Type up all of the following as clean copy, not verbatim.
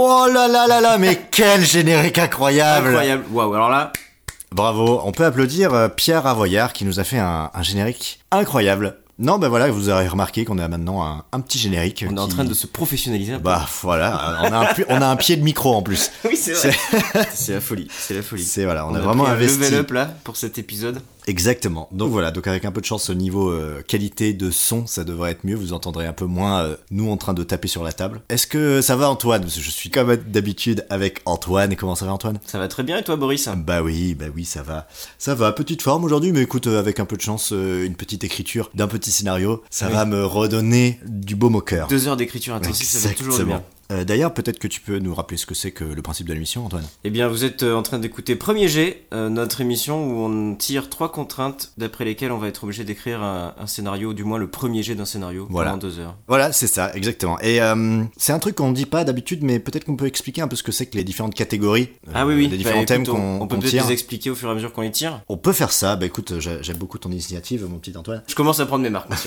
Oh là là là là, mais quel générique incroyable! Incroyable. Waouh, alors là... Bravo, on peut applaudir Pierre Avoyard qui nous a fait un générique incroyable. Non, ben voilà, vous aurez remarqué qu'on a maintenant un petit générique. On est en train de se professionnaliser un peu. Bah voilà, on a un pied de micro en plus. Oui, c'est vrai. C'est la folie, c'est la folie. C'est voilà, on a vraiment investi. Level up là pour cet épisode. Exactement. Donc voilà, donc avec un peu de chance au niveau qualité de son, ça devrait être mieux. Vous entendrez un peu moins nous en train de taper sur la table. Est-ce que ça va Antoine? Parce que je suis comme d'habitude avec Antoine. Et comment ça va Antoine? Ça va très bien et toi Boris? Bah oui, ça va. Ça va, petite forme aujourd'hui, mais écoute, avec un peu de chance, une petite écriture d'un petit scénario, ça va me redonner du baume au cœur. 2 heures d'écriture intensive, ça fait toujours du bien. D'ailleurs, peut-être que tu peux nous rappeler ce que c'est que le principe de l'émission, Antoine. Eh bien, vous êtes en train d'écouter Premier Jet, notre émission où on tire 3 contraintes d'après lesquelles on va être obligé d'écrire un scénario, du moins le premier jet d'un scénario, pendant 2 heures. Voilà, c'est ça, exactement. Et c'est un truc qu'on ne dit pas d'habitude, mais peut-être qu'on peut expliquer un peu ce que c'est que les différentes catégories, les différents thèmes qu'on peut peut-être tire. les expliquer au fur et à mesure qu'on les tire. On peut faire ça. Bah écoute, j'aime beaucoup ton initiative, mon petit Antoine. Je commence à prendre mes marques, monsieur.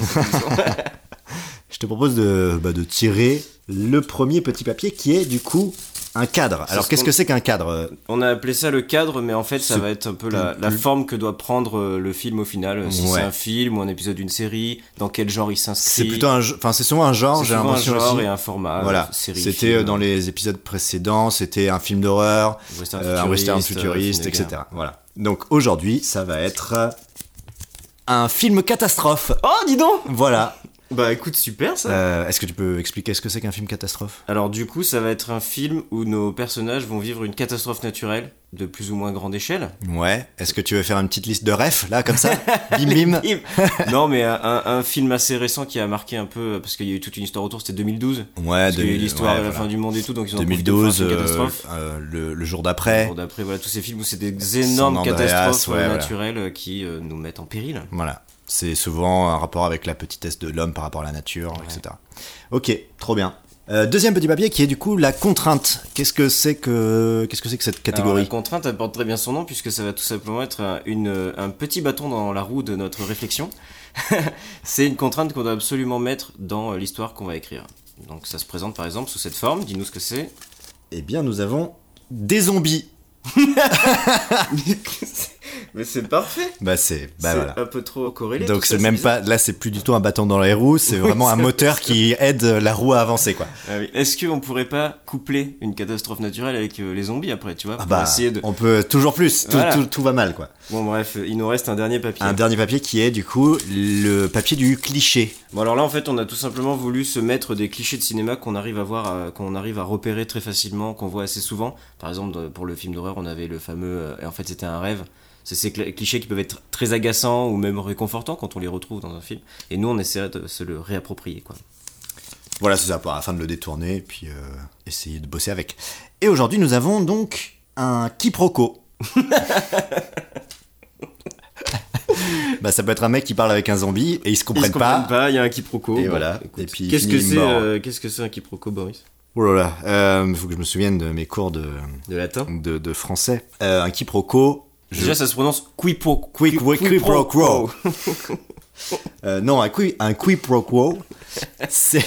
Je te propose de tirer le premier petit papier qui est du coup un cadre. Alors qu'est-ce que c'est qu'un cadre? On a appelé ça le cadre, mais en fait ça va être un peu la forme que doit prendre le film au final. Si c'est un film ou un épisode d'une série, dans quel genre il s'inscrit. C'est plutôt c'est souvent un genre, j'ai l'impression aussi. Un genre et un format. Voilà, série, c'était film, dans les épisodes précédents, c'était un film d'horreur, un western futuriste, etc. Voilà. Donc aujourd'hui, ça va être un film catastrophe. Oh, dis donc! Voilà. Bah écoute, super ça. Est-ce que tu peux expliquer ce que c'est qu'un film catastrophe? Alors du coup, ça va être un film où nos personnages vont vivre une catastrophe naturelle de plus ou moins grande échelle. Ouais. Est-ce que tu veux faire une petite liste de refs là comme ça? Bim bim. Non, mais un film assez récent qui a marqué un peu parce qu'il y a eu toute une histoire autour. C'était 2012. Ouais. Parce qu'il y a eu l'histoire de la fin du monde et tout, donc ils ont 2012. Une catastrophe. Le jour d'après. Le jour d'après, voilà, tous ces films où c'est des énormes catastrophes naturelles qui nous mettent en péril. Voilà. C'est souvent un rapport avec la petitesse de l'homme par rapport à la nature, etc. Ok, trop bien. Deuxième petit papier qui est du coup la contrainte. Qu'est-ce que c'est que cette catégorie? Alors, la contrainte elle porte très bien son nom puisque ça va tout simplement être un petit bâton dans la roue de notre réflexion. C'est une contrainte qu'on doit absolument mettre dans l'histoire qu'on va écrire. Donc ça se présente par exemple sous cette forme. Dis-nous ce que c'est. Eh bien nous avons des zombies. Mais c'est parfait. C'est voilà. Un peu trop corrélé. Donc c'est même pas, là c'est plus du tout un bâton dans les roues, c'est vraiment un moteur qui aide la roue à avancer quoi. Ah oui. Est-ce qu'on pourrait pas coupler une catastrophe naturelle avec les zombies après, tu vois, essayer de... On peut toujours plus, tout va mal quoi. Bon bref, il nous reste un dernier papier. Un dernier papier qui est du coup le papier du cliché. Bon alors là en fait on a tout simplement voulu se mettre des clichés de cinéma qu'on arrive à voir, qu'on arrive à repérer très facilement, qu'on voit assez souvent. Par exemple pour le film d'horreur on avait le fameux et en fait c'était un rêve. C'est ces clichés qui peuvent être très agaçants ou même réconfortants quand on les retrouve dans un film. Et nous on essaierait de se le réapproprier quoi. Voilà, c'est ça, afin de le détourner et puis essayer de bosser avec. Et aujourd'hui nous avons donc un quiproquo. Ça peut être un mec qui parle avec un zombie et ils se comprennent pas. Il y a un quiproquo. Et voilà. Écoute, et puis qu'est-ce que c'est un quiproquo, Boris? Oh là là, faut que je me souvienne de mes cours de latin, de français. Un quiproquo. Déjà, ça se prononce quiproquo. Non, un quiproquo, c'est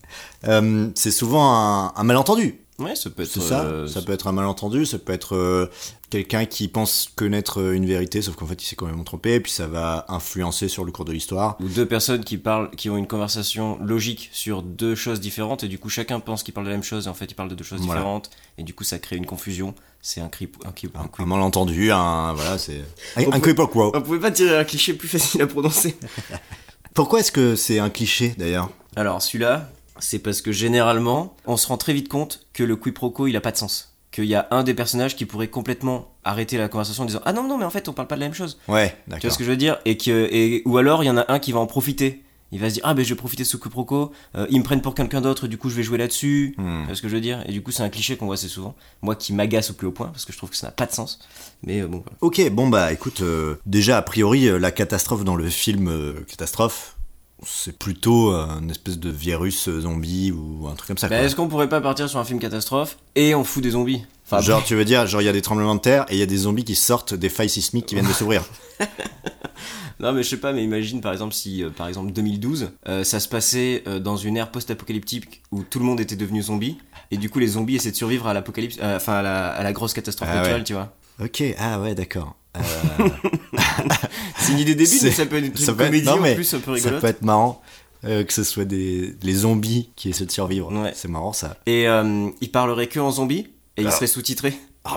souvent un malentendu. Ouais, ça peut être ça peut être un malentendu, ça peut être quelqu'un qui pense connaître une vérité, sauf qu'en fait il s'est quand même trompé, et puis ça va influencer sur le cours de l'histoire. Ou deux personnes qui ont une conversation logique sur deux choses différentes, et du coup chacun pense qu'ils parlent de la même chose, et en fait ils parlent de deux choses différentes, et du coup ça crée une confusion. C'est un malentendu, c'est un quiproquo. On pouvait pas tirer un cliché plus facile à prononcer. Pourquoi est-ce que c'est un cliché d'ailleurs? Alors celui-là, c'est parce que généralement, on se rend très vite compte que le quiproquo, il a pas de sens. Qu'il y a un des personnages qui pourrait complètement arrêter la conversation en disant « Ah non, mais en fait, on parle pas de la même chose. » Ouais, d'accord. Tu vois ce que je veux dire? Ou alors, il y en a un qui va en profiter. Il va se dire « Ah, ben je vais profiter de ce quiproquo. Ils me prennent pour quelqu'un d'autre, du coup, je vais jouer là-dessus. » Tu vois ce que je veux dire? Et du coup, c'est un cliché qu'on voit assez souvent. Moi qui m'agace au plus haut point, parce que je trouve que ça n'a pas de sens. Mais bon, voilà. Ok, écoute, déjà, a priori, la catastrophe dans le film Catastrophe... c'est plutôt une espèce de virus zombie ou un truc comme ça. Est-ce qu'on pourrait pas partir sur un film catastrophe et on fout des zombies? Tu veux dire, il y a des tremblements de terre et il y a des zombies qui sortent des failles sismiques qui viennent de s'ouvrir. Non, mais je sais pas, mais imagine par exemple si, par exemple 2012, ça se passait dans une ère post-apocalyptique où tout le monde était devenu zombie, et du coup les zombies essaient de survivre à l'apocalypse, enfin à la grosse catastrophe naturelle, tu vois. Ok, ah ouais, d'accord. C'est une idée débile, mais ça peut être une comédie en plus un peu rigolote. Ça peut être marrant que ce soit les zombies qui essaient de survivre. Ouais. C'est marrant ça. Et ils parleraient que en zombie, et ils seraient sous-titrés.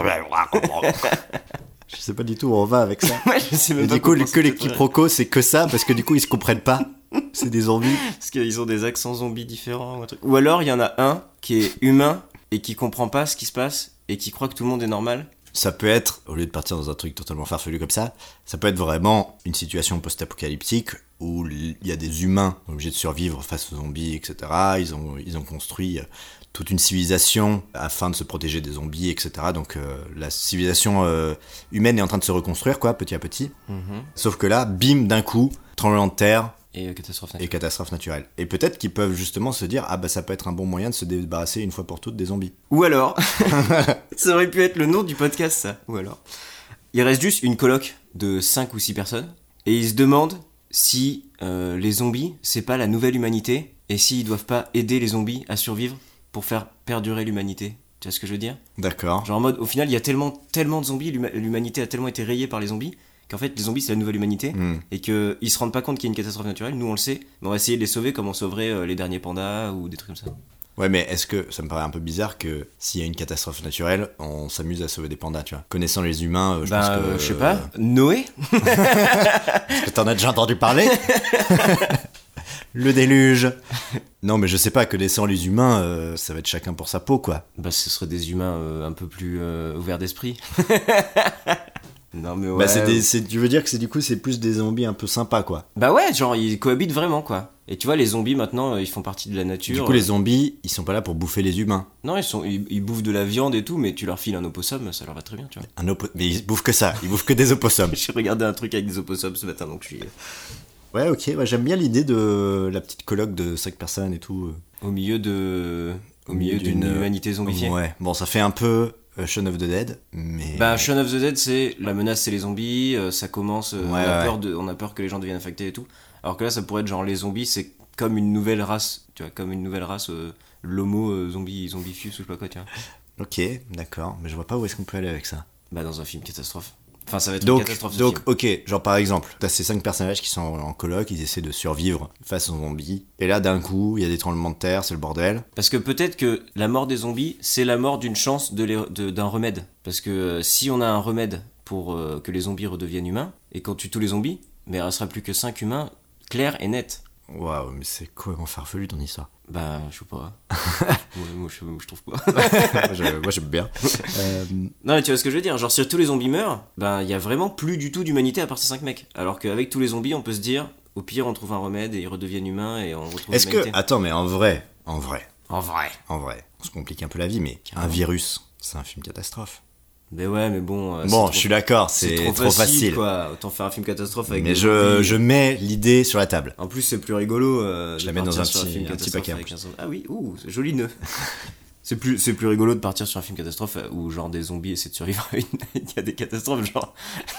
Je sais pas du tout où on va avec ça. Ouais, je sais même Et pas du coup, comment que les c'est quiproquos, c'est que ça, parce que du coup, ils se comprennent pas. C'est des zombies. Parce qu'ils ont des accents zombies différents ou un truc. Ou alors il y en a un qui est humain et qui comprend pas ce qui se passe et qui croit que tout le monde est normal. Ça peut être, au lieu de partir dans un truc totalement farfelu comme ça peut être vraiment une situation post-apocalyptique où il y a des humains obligés de survivre face aux zombies, etc. Ils ont construit toute une civilisation afin de se protéger des zombies, etc. Donc la civilisation humaine est en train de se reconstruire, quoi, petit à petit. Sauf que là, bim, d'un coup, tremblement de terre, Et catastrophe naturelle. et catastrophe naturelle. Et peut-être qu'ils peuvent justement se dire, ah bah ça peut être un bon moyen de se débarrasser une fois pour toutes des zombies. Ou alors, ça aurait pu être le nom du podcast, ça. Ou alors, il reste juste une coloc de 5 ou 6 personnes, et ils se demandent si les zombies, c'est pas la nouvelle humanité, et s'ils doivent pas aider les zombies à survivre pour faire perdurer l'humanité. Tu vois ce que je veux dire ? D'accord. Genre en mode, au final, il y a tellement de zombies, l'humanité a tellement été rayée par les zombies, qu'en fait, les zombies, c'est la nouvelle humanité, et qu'ils se rendent pas compte qu'il y a une catastrophe naturelle, nous on le sait, mais on va essayer de les sauver comme on sauverait les derniers pandas ou des trucs comme ça. Ouais, mais est-ce que ça me paraît un peu bizarre que s'il y a une catastrophe naturelle, on s'amuse à sauver des pandas, tu vois ? Connaissant les humains, je pense que... je sais pas, Noé ? Est-ce que t'en as déjà entendu parler ? Le déluge. Non, mais je sais pas, connaissant les humains, ça va être chacun pour sa peau, quoi. Bah, ce seraient des humains un peu plus ouverts d'esprit. Non, mais ouais. Bah, tu veux dire que du coup, c'est plus des zombies un peu sympas, quoi. Bah ouais, genre, ils cohabitent vraiment, quoi. Et tu vois, les zombies, maintenant, ils font partie de la nature. Du coup, les zombies, ils sont pas là pour bouffer les humains. Non, ils bouffent de la viande et tout, mais tu leur files un opossum, ça leur va très bien, tu vois. Mais ils bouffent que ça, ils bouffent que des opossums. J'ai regardé un truc avec des opossums ce matin, donc je suis Ouais, ok, ouais, j'aime bien l'idée de la petite coloc de 5 personnes et tout. au milieu d'une humanité zombifiée. Ouais, bon, ça fait un peu Shaun of the Dead, mais... Bah, Shaun of the Dead, c'est la menace, c'est les zombies, ça commence, on a peur que les gens deviennent infectés et tout. Alors que là, ça pourrait être genre les zombies, c'est comme une nouvelle race, tu vois, comme une nouvelle race, l'homo zombifius ou je sais pas quoi, tu vois. Ok, d'accord, mais je vois pas où est-ce qu'on peut aller avec ça. Bah, dans un film catastrophe. Enfin, ça va être Donc, une catastrophe. Ce film. ok, genre par exemple, t'as ces 5 personnages qui sont en coloc, ils essaient de survivre face aux zombies, et là d'un coup, il y a des tremblements de terre, c'est le bordel. Parce que peut-être que la mort des zombies, c'est la mort d'une chance d'un remède. Parce que si on a un remède pour que les zombies redeviennent humains, et qu'on tue tous les zombies, mais il ne restera plus que 5 humains, clairs et nets. Waouh, mais c'est complètement farfelu ton histoire. Bah, je sais pas. moi, je trouve pas. moi j'aime bien. Non, mais tu vois ce que je veux dire. Genre, si tous les zombies meurent, ben, il y a vraiment plus du tout d'humanité à part ces 5 mecs. Alors qu'avec tous les zombies, on peut se dire, au pire, on trouve un remède et ils redeviennent humains et on retrouve l'humanité. Attends, mais en vrai, En vrai. on se complique un peu la vie, mais un virus, c'est un film catastrophe. Mais ouais, mais bon. Bon, je suis d'accord, c'est trop facile. Quoi. Autant faire un film catastrophe avec. Mais des zombies. je mets l'idée sur la table. En plus, c'est plus rigolo. Je la mets dans un petit paquet. Ah oui, c'est joli nœud. c'est plus rigolo de partir sur un film catastrophe où genre des zombies essaient de survivre. Il y a des catastrophes genre.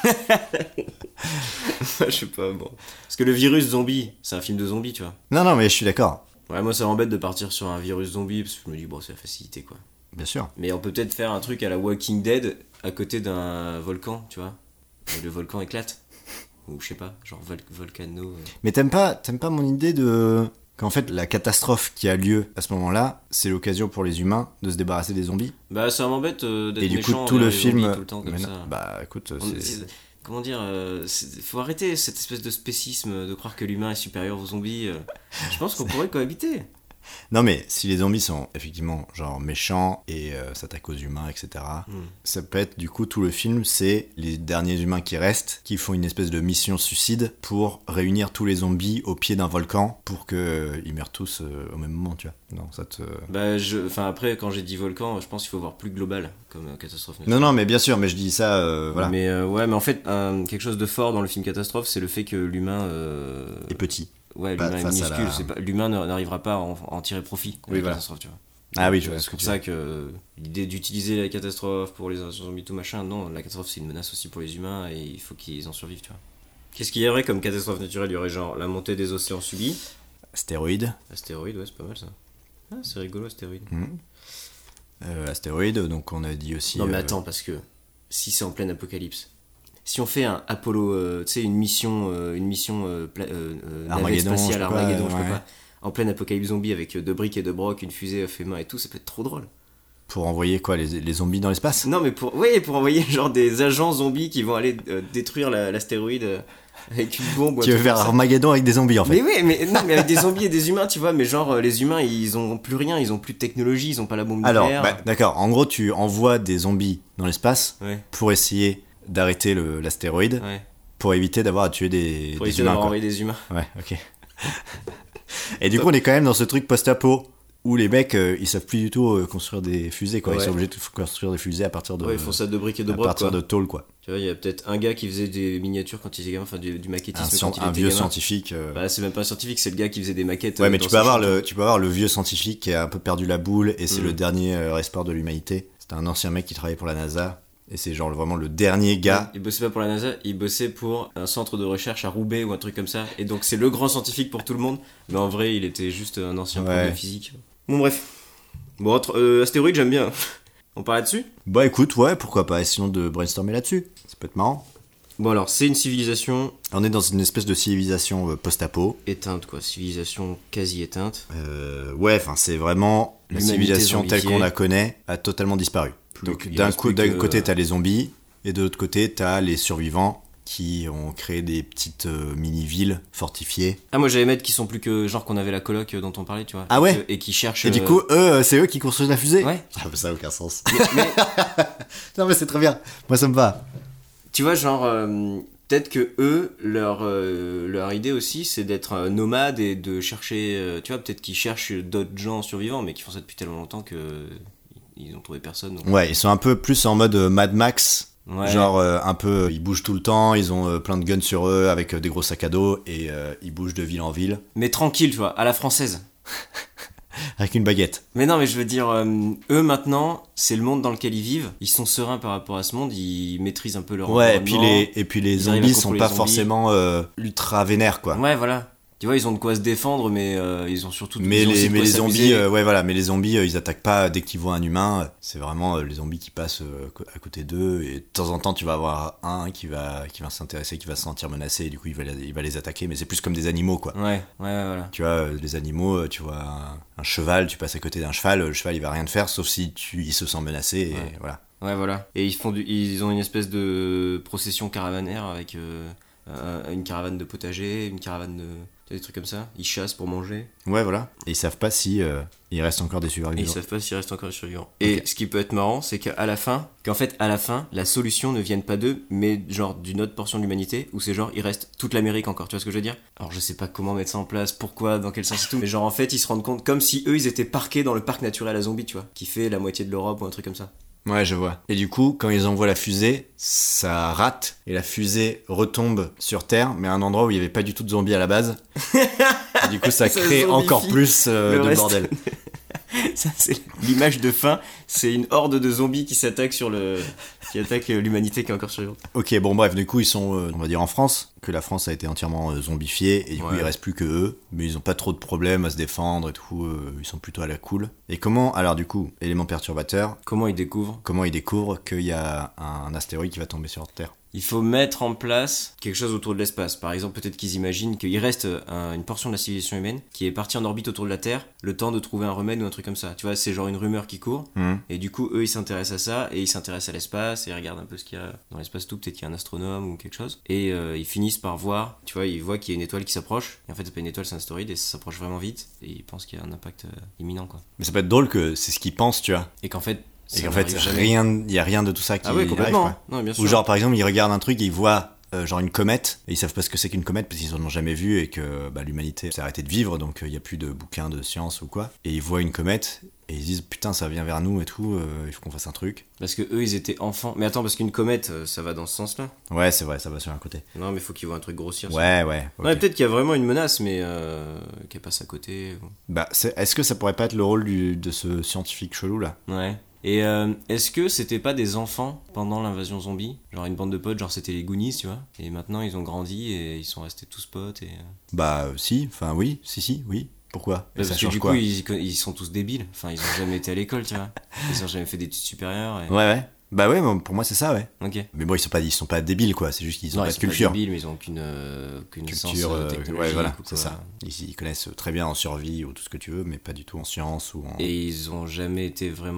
Je sais pas, bon. Parce que le virus zombie, c'est un film de zombies, tu vois. Non, mais je suis d'accord. Ouais, moi ça m'embête de partir sur un virus zombie parce que je me dis, bon, c'est la facilité quoi. Bien sûr. Mais on peut peut-être faire un truc à la Walking Dead à côté d'un volcan, tu vois. Et le volcan éclate. Ou je sais pas, genre volcano. Mais t'aimes pas mon idée de... qu'en fait la catastrophe qui a lieu à ce moment-là, c'est l'occasion pour les humains de se débarrasser des zombies. Bah ça m'embête d'être et du coup méchant tout le les film zombies tout le temps comme ça. Bah écoute, comment dire, faut arrêter cette espèce de spécisme de croire que l'humain est supérieur aux zombies. Je pense qu'on pourrait cohabiter. Non mais si les zombies sont effectivement genre méchants et s'attaquent aux humains, etc. Ça peut être du coup tout le film, c'est les derniers humains qui restent, qui font une espèce de mission suicide pour réunir tous les zombies au pied d'un volcan pour que ils meurent tous au même moment, tu vois. Non, ça te... Bah après quand j'ai dit volcan, je pense qu'il faut voir plus global comme catastrophe naturelle. Non mais bien sûr, mais je dis ça voilà. Mais ouais, mais en fait quelque chose de fort dans le film catastrophe, c'est le fait que l'humain est petit. Ouais, l'humain est minuscule, l'humain n'arrivera pas à en tirer profit. Oui, voilà. Catastrophe, tu vois. Ah oui, je vois. C'est pour ça que l'idée d'utiliser la catastrophe pour les zombies tout machin, non, la catastrophe c'est une menace aussi pour les humains et il faut qu'ils en survivent, tu vois. Qu'est-ce qu'il y aurait comme catastrophe naturelle? Il y aurait genre la montée des océans subis. Astéroïdes. Astéroïdes, ouais, c'est pas mal ça. Ah, c'est rigolo, astéroïdes. Astéroïdes, donc on a dit aussi... Non mais attends, parce que si c'est en pleine apocalypse, si on fait un Apollo, tu sais, une mission navette Armageddon, spatiale, Armageddon, je sais ouais. pas, en pleine apocalypse zombie avec de briques et de broc, une fusée fait main et tout, ça peut être trop drôle. Pour envoyer quoi, les zombies dans l'espace? Non mais pour envoyer genre des agents zombies qui vont aller détruire l'astéroïde avec une bombe ou un Tu veux truc faire comme ça. Armageddon avec des zombies en fait? Mais oui, mais avec des zombies et des humains, tu vois, mais genre les humains ils ont plus rien, ils ont plus de technologie, ils ont pas la bombe Alors, nucléaire. d'accord, en gros tu envoies des zombies dans l'espace Ouais, pour essayer d'arrêter l'astéroïde, ouais. pour éviter d'avoir à tuer des Pour éviter humains d'avoir quoi. envoyé des humains. Ouais, ok. Et du coup on est quand même dans ce truc post-apo où les mecs ils savent plus du tout construire des fusées quoi. Ils Ouais. sont obligés de construire des fusées à partir de... Ouais, ils font ça de briques et de à broc partir quoi. de tôle quoi. Tu vois, il y a peut-être un gars qui faisait des miniatures quand il était gamin, enfin du maquettisme quand il Un était vieux gamin. scientifique. Bah, c'est même pas un scientifique, c'est le gars qui faisait des maquettes. Ouais, mais dans tu sa peux chambre. avoir le vieux scientifique qui a un peu perdu la boule et c'est Mm. le dernier espoir de l'humanité. C'était un ancien mec qui travaillait pour la NASA et c'est genre vraiment le dernier gars. Il bossait pas pour la NASA, il bossait pour un centre de recherche à Roubaix ou un truc comme ça. Et donc c'est le grand scientifique pour tout le monde. Mais en vrai, il était juste un ancien prof Ouais. de physique. Bon, bref. Bon, astéroïde, j'aime bien. On part là-dessus? Bah écoute, ouais, pourquoi pas, essayons de brainstormer là-dessus. Ça peut être marrant. Bon, alors, c'est une civilisation On est dans une espèce de civilisation post-apo. éteinte, quoi. Civilisation quasi éteinte. Ouais, enfin c'est vraiment la L'humanité civilisation telle zombifiée. qu'on la connaît a totalement disparu. Plus Donc qu'il d'un reste plus d'un que- côté t'as les zombies et de l'autre côté t'as les survivants qui ont créé des petites mini-villes fortifiées. Ah, moi j'allais mettre qui sont plus que genre qu'on avait la coloc dont on parlait, tu vois. Ah ouais. Et qui cherchent. Et du coup, eux, c'est eux qui construisent la fusée. Ouais. Ah, mais ça n'a aucun sens. mais Non, mais c'est très bien. Moi, ça me va. tu vois, genre, peut-être que eux, leur idée aussi, c'est d'être nomade et de chercher. Tu vois, peut-être qu'ils cherchent d'autres gens survivants, mais qui font ça depuis tellement longtemps que ils ont trouvé personne. Donc... Ouais, ils sont un peu plus en mode Mad Max. Ouais. Genre, un peu, ils bougent tout le temps, ils ont plein de guns sur eux avec des gros sacs à dos et ils bougent de ville en ville Mais tranquille, tu vois, à la française. avec une baguette. Mais non, mais je veux dire, eux maintenant, c'est le monde dans lequel ils vivent. Ils sont sereins par rapport à ce monde, ils maîtrisent un peu leur Ouais, environnement. et puis les Ils arrivent à zombies sont contrôler pas les zombies. forcément ultra vénères, quoi. Ouais, voilà. Tu vois, ils ont de quoi se défendre, mais ils ont surtout. Mais ils ont aussi de les quoi zombies, s'amuser. ouais, voilà, mais les zombies, ils attaquent pas dès qu'ils voient un humain. C'est vraiment les zombies qui passent à côté d'eux. Et de temps en temps, tu vas avoir un qui va s'intéresser, qui va se sentir menacé. Et du coup, il va les attaquer. Mais c'est plus comme des animaux, quoi. Ouais, voilà. Tu vois, les animaux, tu vois un cheval, tu passes à côté d'un cheval. Le cheval, il va rien te faire, sauf si il se sent menacé. Et Ouais. voilà. Ouais, voilà. Et ils ont une espèce de procession caravanaire avec une caravane de potager, une caravane de. Tu vois, des trucs comme ça. Ils chassent pour manger. Ouais, voilà. Et ils savent pas si il reste encore des Et ils survivants. savent pas s'il reste encore des survivants. Et ce qui peut être marrant, c'est qu'à la fin, la solution ne vienne pas d'eux, mais genre d'une autre portion de l'humanité, où c'est genre, il reste toute l'Amérique encore, tu vois ce que je veux dire? Alors je sais pas comment mettre ça en place, pourquoi, dans quel sens et tout, mais genre en fait, ils se rendent compte comme si eux, ils étaient parqués dans le parc naturel à zombies, tu vois, qui fait la moitié de l'Europe ou un truc comme ça. Ouais, je vois. Et du coup, quand ils envoient la fusée, ça rate et la fusée retombe sur Terre, mais à un endroit où il n'y avait pas du tout de zombies à la base. Et du coup, ça Ça crée zombifie encore plus le de reste. bordel. Ça, c'est l'image de fin, c'est une horde de zombies qui s'attaque qui attaque l'humanité qui est encore survivante. Ok, bon bref, du coup, ils sont, on va dire, en France, que la France a été entièrement zombifiée, et du coup, Ouais. il reste plus que eux, mais ils ont pas trop de problèmes à se défendre et tout, ils sont plutôt à la cool. Et comment, alors du coup, élément perturbateur, Comment ils découvrent? comment ils découvrent qu'il y a un astéroïde qui va tomber sur Terre? Il faut mettre en place quelque chose autour de l'espace. Par exemple, peut-être qu'ils imaginent qu'il reste une portion de la civilisation humaine qui est partie en orbite autour de la Terre, le temps de trouver un remède ou un truc comme ça. Tu vois, c'est genre une rumeur qui court. Et du coup, eux, ils s'intéressent à ça et ils s'intéressent à l'espace et ils regardent un peu ce qu'il y a dans l'espace tout. Peut-être qu'il y a un astronome ou quelque chose. Et ils finissent par voir, tu vois, ils voient qu'il y a une étoile qui s'approche. Et en fait, c'est pas une étoile, c'est un astéroïde et ça s'approche vraiment vite. Et ils pensent qu'il y a un impact imminent, quoi. Mais ça peut être drôle que c'est ce qu'ils pensent, tu vois. Et qu'en fait, Et ça qu'en fait, n'arrive jamais. il y a rien de tout ça qui Ah ouais, complètement. arrive, quoi. Non, bien sûr. Ou genre, par exemple, ils regardent un truc et ils voient genre une comète, et ils savent pas ce que c'est qu'une comète parce qu'ils en ont jamais vu et que bah, l'humanité s'est arrêtée de vivre, donc il y a plus de bouquins de science ou quoi. Et ils voient une comète et ils se disent putain, ça vient vers nous et tout, il faut qu'on fasse un truc. Parce que eux, ils étaient enfants. Mais attends, parce qu'une comète, ça va dans ce sens-là. Ouais, c'est vrai, ça va sur un côté. Non, mais faut qu'ils voient un truc grossir. ça. Ouais, ouais. ok. Ouais, peut-être qu'il y a vraiment une menace, mais qu'elle passe à côté. Bah, est-ce que ça pourrait pas être le rôle de ce scientifique chelou là? Ouais. Et est-ce que c'était pas des enfants pendant l'invasion zombie? Genre une bande de potes, genre c'était les Goonies, tu vois. Et maintenant ils ont grandi et ils sont restés tous potes. Et... Bah si, enfin oui, oui. Pourquoi? Et Ouais, ça parce que change du quoi? coup ils sont tous débiles. Enfin ils ont jamais été à l'école, tu vois. Ils ont jamais fait d'études supérieures. Et... Ouais. Bah ouais, bon, pour moi c'est ça, ouais. Ok. Mais bon, ils sont pas débiles, quoi. C'est juste qu'ils ont Non, pas ils de sont culture. pas débiles, mais ils ont aucune sens technologique. Ouais, voilà, ou c'est quoi. ça. Ils connaissent très bien en survie ou tout ce que tu veux, mais pas du tout en science ou en... Et ils ont jamais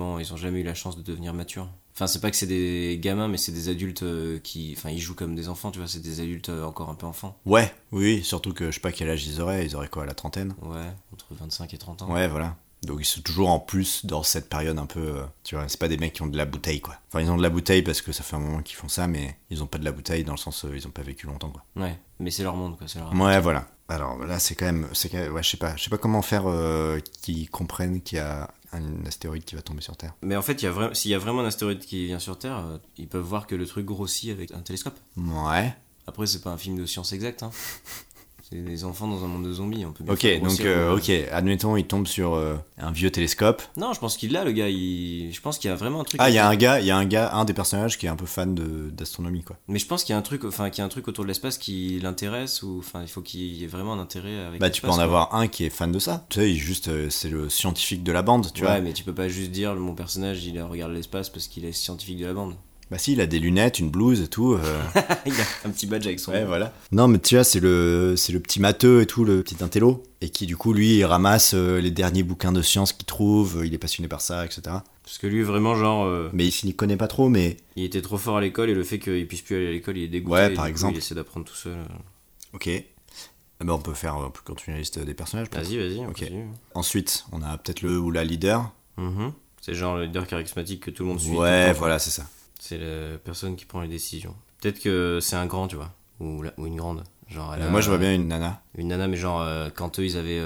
eu la chance de devenir matures. Enfin, c'est pas que c'est des gamins, mais c'est des adultes enfin, ils jouent comme des enfants, tu vois, c'est des adultes encore un peu enfants. Ouais, oui, surtout que je sais pas quel âge ils auraient quoi, la trentaine? Ouais, entre 25 et 30 ans. Ouais, voilà. Donc ils sont toujours en plus dans cette période un peu, tu vois, c'est pas des mecs qui ont de la bouteille, quoi. Enfin, ils ont de la bouteille parce que ça fait un moment qu'ils font ça, mais ils ont pas de la bouteille dans le sens ils ont pas vécu longtemps, quoi. Ouais, mais c'est leur monde, quoi, c'est leur Ouais, voilà. Alors là, c'est quand même, ouais, je sais pas comment faire qu'ils comprennent qu'il y a un astéroïde qui va tomber sur Terre. Mais en fait, s'il y a vraiment un astéroïde qui vient sur Terre, ils peuvent voir que le truc grossit avec un télescope. Ouais. Après, c'est pas un film de science exacte, hein. C'est des enfants dans un monde de zombies, on peut bien Ok, faire donc grossir, admettons, il tombe sur un vieux télescope. Non, je pense qu'il l'a, le gars. Je pense qu'il y a vraiment un truc. Ah, il y a un gars, un des personnages qui est un peu fan d'astronomie, quoi. Mais je pense qu'il y a un truc, autour de l'espace qui l'intéresse, ou enfin, il faut qu'il y ait vraiment un intérêt avec. Bah, tu peux en avoir un qui est fan de ça. Tu sais, c'est le scientifique de la bande, tu vois. Ouais, mais tu peux pas juste dire mon personnage il regarde l'espace parce qu'il est scientifique de la bande. Bah si, il a des lunettes, une blouse et tout. Il a un petit badge avec son Ouais, nom. voilà. Non, mais tu vois, c'est le petit matheux et tout, le petit intello, et qui du coup, lui, il ramasse les derniers bouquins de science qu'il trouve, il est passionné par ça, etc. Parce que lui, vraiment, genre, Mais il s'y connaît pas trop, mais... il était trop fort à l'école et le fait qu'il puisse plus aller à l'école, il est dégoûté. Ouais, et par du coup, exemple. il essaie d'apprendre tout seul. Ok. Bah, on peut continuer la liste des personnages. peut-être. Vas-y, on Ok. continue. Ensuite, on a peut-être le ou la leader. Mhm. C'est genre le leader charismatique que tout le monde suit. tout Ouais, le temps. voilà, c'est ça. C'est la personne qui prend les décisions. Peut-être que c'est un grand, tu vois, ou une grande. Genre, Moi, je vois bien une nana. Une nana, mais genre, quand eux, ils avaient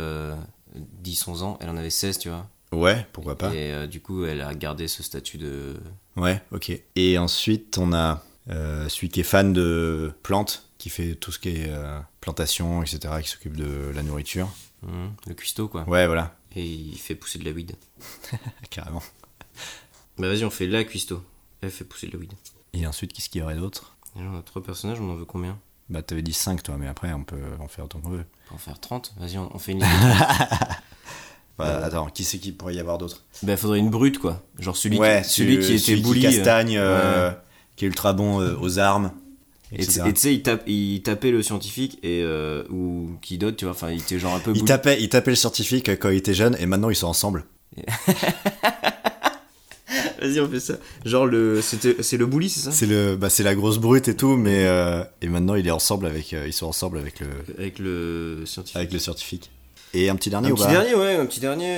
10-11 ans, elle en avait 16, tu vois. Ouais, pourquoi pas. Et du coup, elle a gardé ce statut de... Ouais, ok. Et ensuite, on a celui qui est fan de plantes, qui fait tout ce qui est plantation, etc., qui s'occupe de la nourriture. le cuistot, quoi. Ouais, voilà. Et il fait pousser de la weed. Carrément. Bah vas-y, on fait la cuistot. Elle fait pousser de la weed. Et ensuite, qu'est-ce qu'il y aurait d'autre? Et là, on a 3 personnages, on en veut combien? Bah, t'avais dit 5, toi, mais après, on peut en faire autant qu'on veut. On peut en faire 30. Vas-y, on fait une liste de 30. Bah, attends, qui c'est qu'il pourrait y avoir d'autre? Bah faudrait une brute, quoi. Genre celui qui était celui bully. qui castagne, ouais. qui est ultra bon aux armes. Et tu etc. sais, il tapait le scientifique et ou qui d'autre, tu vois, enfin il était genre un peu Il tapait le scientifique quand il était jeune, et maintenant ils sont ensemble. Vas-y, on fait ça. Genre c'est le bully, c'est ça? C'est la grosse brute et tout, mais et maintenant ils sont ensemble avec le scientifique. avec le scientifique. Et un petit dernier Un ou petit pas? dernier, ouais, un petit dernier.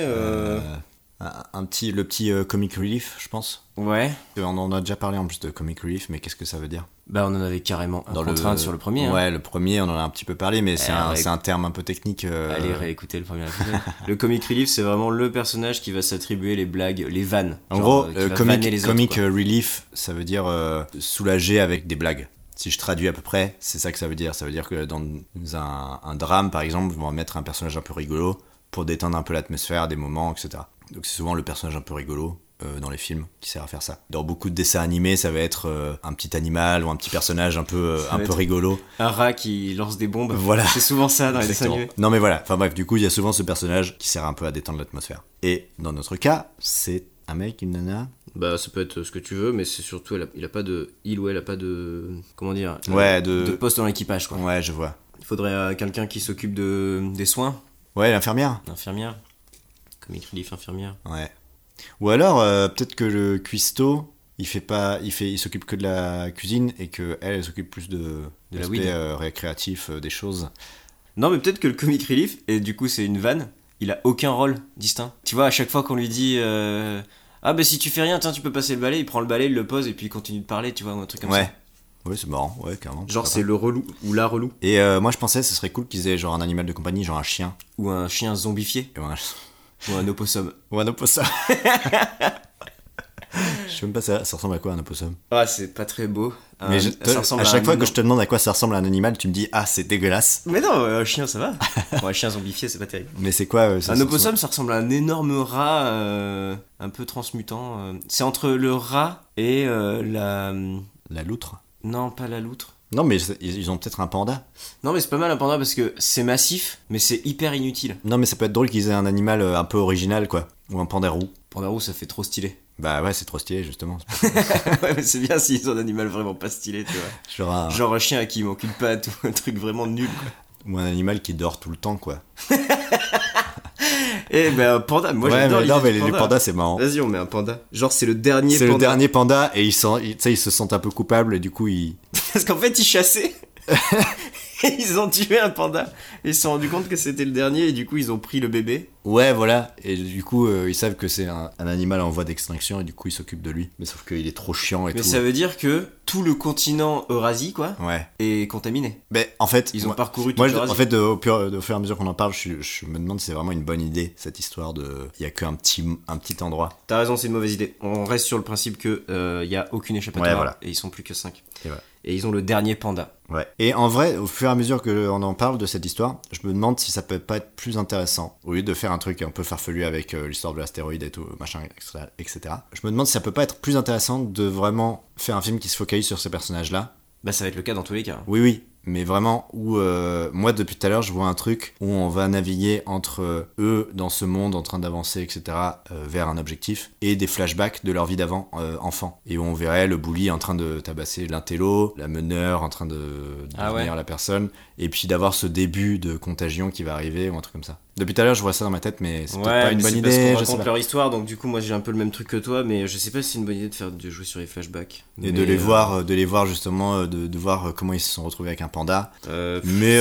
Le petit comic relief, je pense. Ouais. On en a déjà parlé en plus de comic relief, mais qu'est-ce que ça veut dire? Bah on en avait carrément un contrainte sur le premier. Ouais, le premier, on en a un petit peu parlé, mais c'est ouais. un terme un peu technique. Allez réécouter le premier épisode. Le comic relief, c'est vraiment le personnage qui va s'attribuer les blagues, les vannes. En Genre, gros, qui va vanner les comic autres, quoi. relief, ça veut dire soulager avec des blagues. Si je traduis à peu près, c'est ça que ça veut dire. Ça veut dire que dans un drame, par exemple, on va mettre un personnage un peu rigolo pour détendre un peu l'atmosphère, des moments, etc. Donc c'est souvent le personnage un peu rigolo dans les films qui sert à faire ça. Dans beaucoup de dessins animés, ça va être un petit animal ou un petit personnage un peu rigolo. Un rat qui lance des bombes. Voilà. C'est souvent ça dans les dessins Exactement. animés. Non mais voilà, enfin bref, du coup il y a souvent ce personnage qui sert un peu à détendre l'atmosphère. Et dans notre cas, c'est un mec, une nana. Bah ça peut être ce que tu veux, mais c'est surtout il ou elle a pas de comment dire de poste dans l'équipage, quoi. Ouais, je vois. Il faudrait quelqu'un qui s'occupe des soins. Ouais, l'infirmière. L'infirmière. Comic relief infirmière. Ouais. Ou alors peut-être que le cuistot, il s'occupe que de la cuisine et que elle s'occupe plus de l'aspect récréatif des choses. Non, mais peut-être que le comic relief, et du coup c'est une vanne, il a aucun rôle distinct. Tu vois, à chaque fois qu'on lui dit ah bah si tu fais rien, tiens tu peux passer le balai, il prend le balai, il le pose et puis il continue de parler, tu vois, ou un truc comme ça. Ouais, c'est marrant, ouais, carrément. Genre c'est le relou ou la relou. Et moi je pensais ce serait cool qu'ils aient genre un animal de compagnie, genre un chien. Ou un chien zombifié. Ou un opossum. Ou un opossum. Je sais même pas ça ressemble à quoi un opossum. Ah, c'est pas très beau. Mais Ça ressemble à chaque fois un- que je te demande à quoi ça ressemble à un animal, tu me dis ah c'est dégueulasse. Mais non, un chien, ça va. Bon, un chien zombifié, c'est pas terrible. Mais c'est quoi Un opossum, ça ressemble à un énorme rat un peu transmutant. C'est entre le rat et la... La loutre. Non, pas la loutre. Non mais ils ont peut-être un panda. Non, mais c'est pas mal un panda parce que c'est massif, mais c'est hyper inutile. Non mais ça peut être drôle qu'ils aient un animal un peu original quoi. Ou un panda roux. Panda roux, ça fait trop stylé. Bah ouais c'est trop stylé justement. Ouais, mais c'est bien s'ils ont un animal vraiment pas stylé, tu vois. Genre un chien à qui il manque une patte ou un truc vraiment nul, quoi. Ou un animal qui dort tout le temps quoi. Eh ben un panda, moi ouais, j'adore mais non mais l'idée du les panda. pandas c'est marrant. Vas-y, on met un panda. Genre c'est le dernier C'est panda. le dernier panda et ils se sentent un peu coupables et du coup ils... Parce qu'en fait ils chassaient. Et ils ont tué un panda. Et ils se sont rendus compte que c'était le dernier et du coup ils ont pris le bébé. Ouais voilà, et du coup ils savent que c'est un animal en voie d'extinction et du coup ils s'occupent de lui. Mais sauf qu'il est trop chiant et Mais tout. ça veut dire que tout le continent Eurasie, quoi, Ouais. est contaminé. Mais en fait... Ils ont parcouru toute Moi, l'Eurasie. en fait, au fur et à mesure qu'on en parle, je me demande si c'est vraiment une bonne idée, cette histoire de... Il y a qu'un petit endroit. T'as raison, c'est une mauvaise idée. On reste sur le principe que y a aucune échappatoire. Ouais, voilà. Et ils sont plus que 5. Et voilà. Et ils ont le dernier panda. Ouais. Et en vrai, au fur et à mesure qu'on en parle de cette histoire, je me demande si ça peut pas être plus intéressant, au lieu de faire un truc un peu farfelu avec l'histoire de l'astéroïde et tout, machin, etc. Je me demande si ça peut pas être plus intéressant de vraiment faire un film qui se focalise sur ces personnages-là. Bah ça va être le cas dans tous les cas. Oui, oui. Mais vraiment, où moi depuis tout à l'heure, je vois un truc où on va naviguer entre eux dans ce monde en train d'avancer, etc., vers un objectif, et des flashbacks de leur vie d'avant, enfant. Et où on verrait le bully en train de tabasser l'intello, la meneur en train de devenir la personne, et puis d'avoir ce début de contagion qui va arriver, ou un truc comme ça. Depuis tout à l'heure, je vois ça dans ma tête, mais c'est peut-être pas une bonne idée. Parce qu'on je sais raconte pas. leur histoire, donc du coup, moi j'ai un peu le même truc que toi, mais je sais pas si c'est une bonne idée de jouer sur les flashbacks. Et de les voir justement, de voir comment ils se sont retrouvés avec un panda. Mais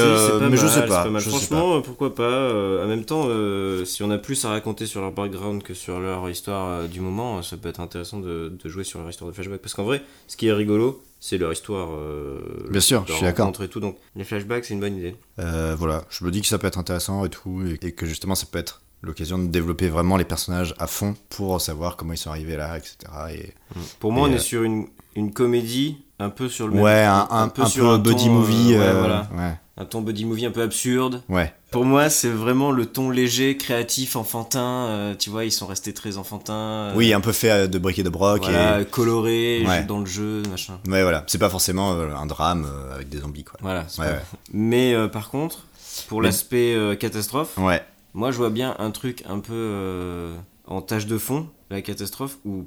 je sais pas. Franchement, pourquoi pas. En même temps, si on a plus à raconter sur leur background que sur leur histoire du moment, ça peut être intéressant de jouer sur leur histoire de flashback. Parce qu'en vrai, ce qui est rigolo, c'est leur histoire. Bien sûr, je suis d'accord. Et tout, donc les flashbacks, c'est une bonne idée. Voilà, je me dis que ça peut être intéressant et tout, et que justement ça peut être l'occasion de développer vraiment les personnages à fond pour savoir comment ils sont arrivés là, etc. Pour moi, on est sur une comédie un peu sur le même... Ouais, un peu buddy movie. Voilà. Ouais. Un ton buddy movie un peu absurde. Ouais. Pour moi, c'est vraiment le ton léger, créatif, enfantin. Tu vois, ils sont restés très enfantins. Oui, un peu fait de bric et de broc. Voilà, coloré, Ouais. dans le jeu, machin. Ouais, voilà. C'est pas forcément un drame avec des zombies, quoi. Voilà. Ouais. Mais par contre, pour l'aspect catastrophe, Ouais. moi je vois bien un truc un peu en tâche de fond, la catastrophe, ou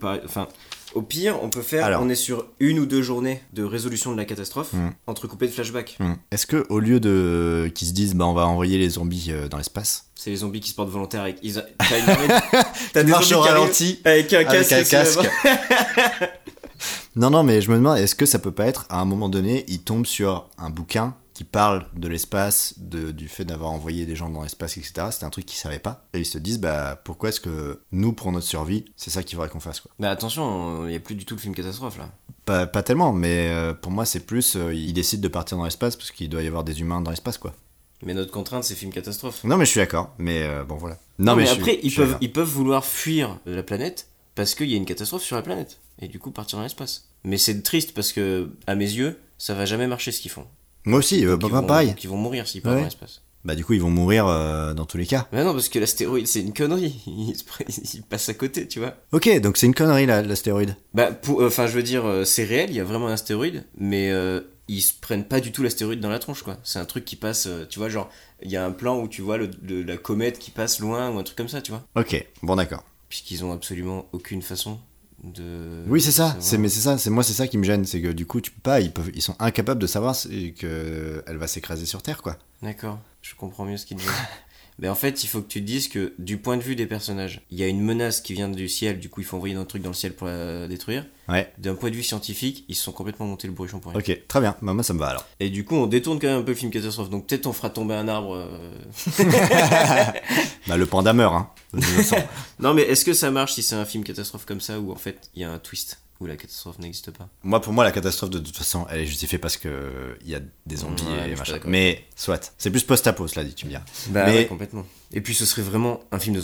au pire, on peut faire, on est sur 1 ou 2 journées de résolution de la catastrophe, entrecoupées de flashbacks. Est-ce que au lieu de qu'ils se disent bah on va envoyer les zombies dans l'espace, c'est les zombies qui se portent volontaires avec t'as des marches zombies au qui ralenti arrivent avec un casque. Non, mais je me demande, est-ce que ça peut pas être, à un moment donné, ils tombent sur un bouquin qui parle de l'espace, du fait d'avoir envoyé des gens dans l'espace, etc. C'était un truc qu'ils savaient pas. Et ils se disent, bah, pourquoi est-ce que nous, pour notre survie, c'est ça qu'il faudrait qu'on fasse, quoi. Mais attention, il n'y a plus du tout le film catastrophe, là. Pas tellement, mais pour moi, c'est plus, ils décident de partir dans l'espace parce qu'il doit y avoir des humains dans l'espace, quoi. Mais notre contrainte, c'est film catastrophe. Non, mais je suis d'accord, mais bon, voilà. Non, mais après, ils peuvent vouloir fuir la planète parce qu'il y a une catastrophe sur la planète. Et du coup, partir dans l'espace. Mais c'est triste parce que, à mes yeux, ça va jamais marcher ce qu'ils font. Moi aussi, pareil. Donc ils vont mourir s'ils partent dans l'espace. Bah du coup ils vont mourir dans tous les cas. Mais non, parce que l'astéroïde c'est une connerie, il passe à côté, tu vois. Ok, donc c'est une connerie l'astéroïde. Bah je veux dire, c'est réel, il y a vraiment un astéroïde, mais ils se prennent pas du tout l'astéroïde dans la tronche, quoi. C'est un truc qui passe, tu vois, genre, il y a un plan où tu vois la comète qui passe loin ou un truc comme ça, tu vois. Ok, bon d'accord. Puisqu'ils ont absolument aucune façon de... Oui, c'est ça, c'est ça qui me gêne, c'est que du coup tu peux pas, ils sont incapables de savoir qu'elle va s'écraser sur Terre, quoi. D'accord, je comprends mieux ce qu'ils disent. Mais en fait, il faut que tu te dises que du point de vue des personnages, il y a une menace qui vient du ciel, du coup il faut envoyer un truc dans le ciel pour la détruire. Ouais. D'un point de vue scientifique, ils se sont complètement montés le bourrichon pour rien. Ok, très bien, bah, moi ça me va alors. Et du coup, on détourne quand même un peu le film catastrophe, donc peut-être on fera tomber un arbre. Bah le panda meurt, hein. Non, mais est-ce que ça marche si c'est un film catastrophe comme ça, où en fait il y a un twist, où la catastrophe n'existe pas? Pour moi la catastrophe de toute façon elle est justifiée parce que il y a des zombies et machin. Mais soit, c'est plus post-apo cela dit, tu me diras. Bah mais... ouais, complètement. Et puis ce serait vraiment un film de zombies.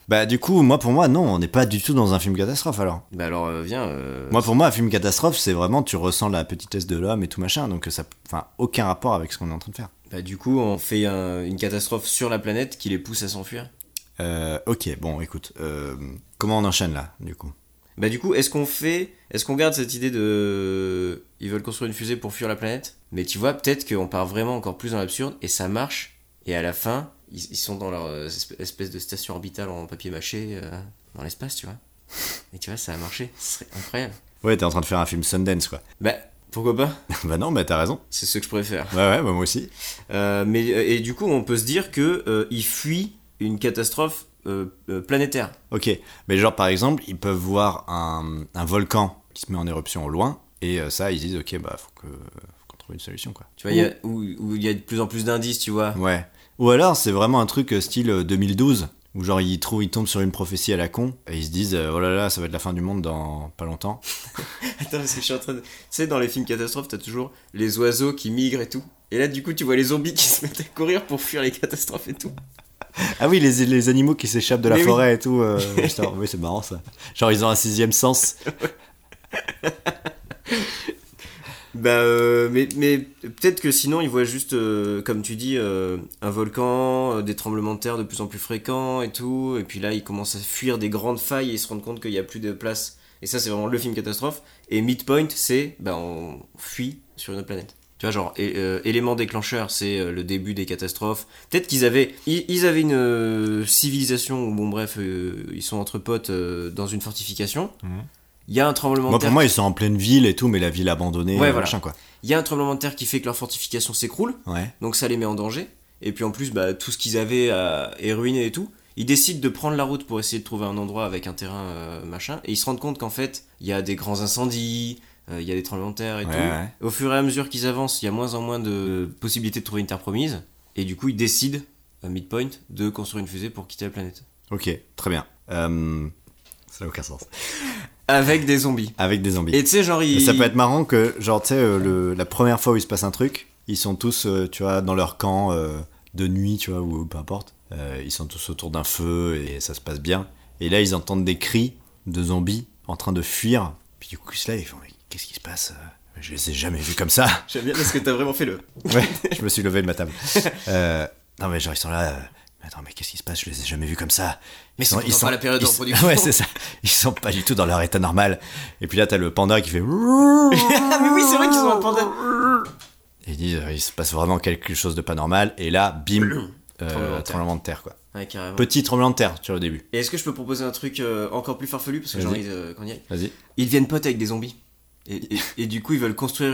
Bah du coup, pour moi, non, on n'est pas du tout dans un film catastrophe alors. Bah alors, viens. Pour moi, un film catastrophe, c'est vraiment tu ressens la petitesse de l'homme et tout machin, donc ça, enfin, aucun rapport avec ce qu'on est en train de faire. Bah du coup, on fait une catastrophe sur la planète qui les pousse à s'enfuir. Ok, bon, écoute, comment on enchaîne là, du coup? Bah du coup, est-ce qu'on garde cette idée de... Ils veulent construire une fusée pour fuir la planète? Mais tu vois, peut-être qu'on part vraiment encore plus dans l'absurde, et ça marche, et à la fin, ils sont dans leur espèce de station orbitale en papier mâché, dans l'espace, tu vois. Et tu vois, ça a marché, ce serait incroyable. Ouais, t'es en train de faire un film Sundance, quoi. Bah, pourquoi pas? Bah non, bah t'as raison. C'est ce que je préfère. Ouais, bah moi aussi. Et du coup, on peut se dire que ils fuient une catastrophe planétaire. Ok, mais genre par exemple, ils peuvent voir un volcan qui se met en éruption au loin, et ça, ils disent, ok, bah faut qu'on trouve une solution, quoi. Tu vois, où il y a de plus en plus d'indices, tu vois. Ouais. Ou alors, c'est vraiment un truc style 2012, où genre ils tombent sur une prophétie à la con, et ils se disent, oh là là, ça va être la fin du monde dans pas longtemps. Attends, parce que je suis en train de... Tu sais, dans les films catastrophes, t'as toujours les oiseaux qui migrent et tout. Et là, du coup, tu vois les zombies qui se mettent à courir pour fuir les catastrophes et tout. Ah oui, les animaux qui s'échappent de la Mais forêt et tout. Putain, oui, c'est marrant ça. Genre, ils ont un sixième sens. Bah, mais peut-être que sinon, ils voient juste, comme tu dis, un volcan, des tremblements de terre de plus en plus fréquents et tout. Et puis là, ils commencent à fuir des grandes failles et ils se rendent compte qu'il n'y a plus de place. Et ça, c'est vraiment le film catastrophe. Et Midpoint, c'est, bah, on fuit sur une autre planète. Tu vois, genre, élément déclencheur, c'est le début des catastrophes. Peut-être qu'ils avaient... Ils avaient une civilisation, où, bon bref, ils sont entre potes dans une fortification. Il y a un tremblement de terre. Pour moi, ils sont en pleine ville et tout, mais la ville abandonnée, Ouais, machin, quoi. Il y a un tremblement de terre qui fait que leur fortification s'écroule. Ouais. Donc ça les met en danger. Et puis en plus, bah, tout ce qu'ils avaient est ruiné et tout. Ils décident de prendre la route pour essayer de trouver un endroit avec un terrain machin. Et ils se rendent compte qu'en fait, il y a des grands incendies... il y a des tremblements de terre et tout. Ouais. Au fur et à mesure qu'ils avancent, il y a moins en moins de possibilités de trouver une terre promise. Et du coup, ils décident, à Midpoint, de construire une fusée pour quitter la planète. Ok, très bien. Ça n'a aucun sens. Avec des zombies. Avec des zombies. Et tu sais, genre, Ça peut être marrant que, genre, tu sais, la première fois où il se passe un truc, ils sont tous, tu vois, dans leur camp de nuit, tu vois, ou peu importe. Ils sont tous autour d'un feu et ça se passe bien. Et là, ils entendent des cris de zombies en train de fuir. Puis du coup, là, ils font, qu'est-ce qui se passe? Je les ai jamais vus comme ça. J'aime bien parce que t'as vraiment fait le... Ouais, je me suis levé de ma table. Non, mais genre, ils sont là... Attends, mais qu'est-ce qui se passe? Je les ai jamais vus comme ça. Mais ils sont pas la période de reproduction. Ouais, c'est ça. Ils sont pas du tout dans leur état normal. Et puis là, t'as le panda qui fait... Mais oui, c'est vrai qu'ils sont un panda. Et ils disent, il se passe vraiment quelque chose de pas normal. Et là, bim, tremblement de terre, quoi. Ouais, carrément. Petit tremblement de terre, tu vois, au début. Et est-ce que je peux proposer un truc encore plus farfelu? Parce que j'ai envie qu'on y aille. Vas-y. Ils deviennent potes avec des zombies. Et du coup, ils veulent construire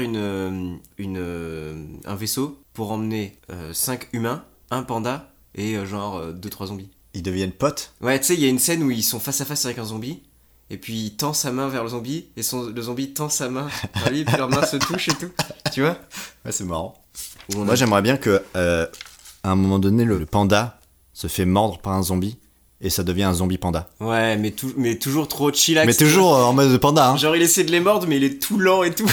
un vaisseau pour emmener 5 humains, un panda et genre 2-3 zombies. Ils deviennent potes? Ouais, tu sais, il y a une scène où ils sont face à face avec un zombie. Et puis il tend sa main vers le zombie. Et le zombie tend sa main vers lui. Et puis leurs mains se touchent et tout. Tu vois? Ouais, c'est marrant. Moi, j'aimerais bien que, à un moment donné, le panda se fait mordre par un zombie. Et ça devient un zombie panda. Ouais, mais toujours trop chillax. Mais toujours en mode panda, hein. Genre il essaie de les mordre, mais il est tout lent et tout.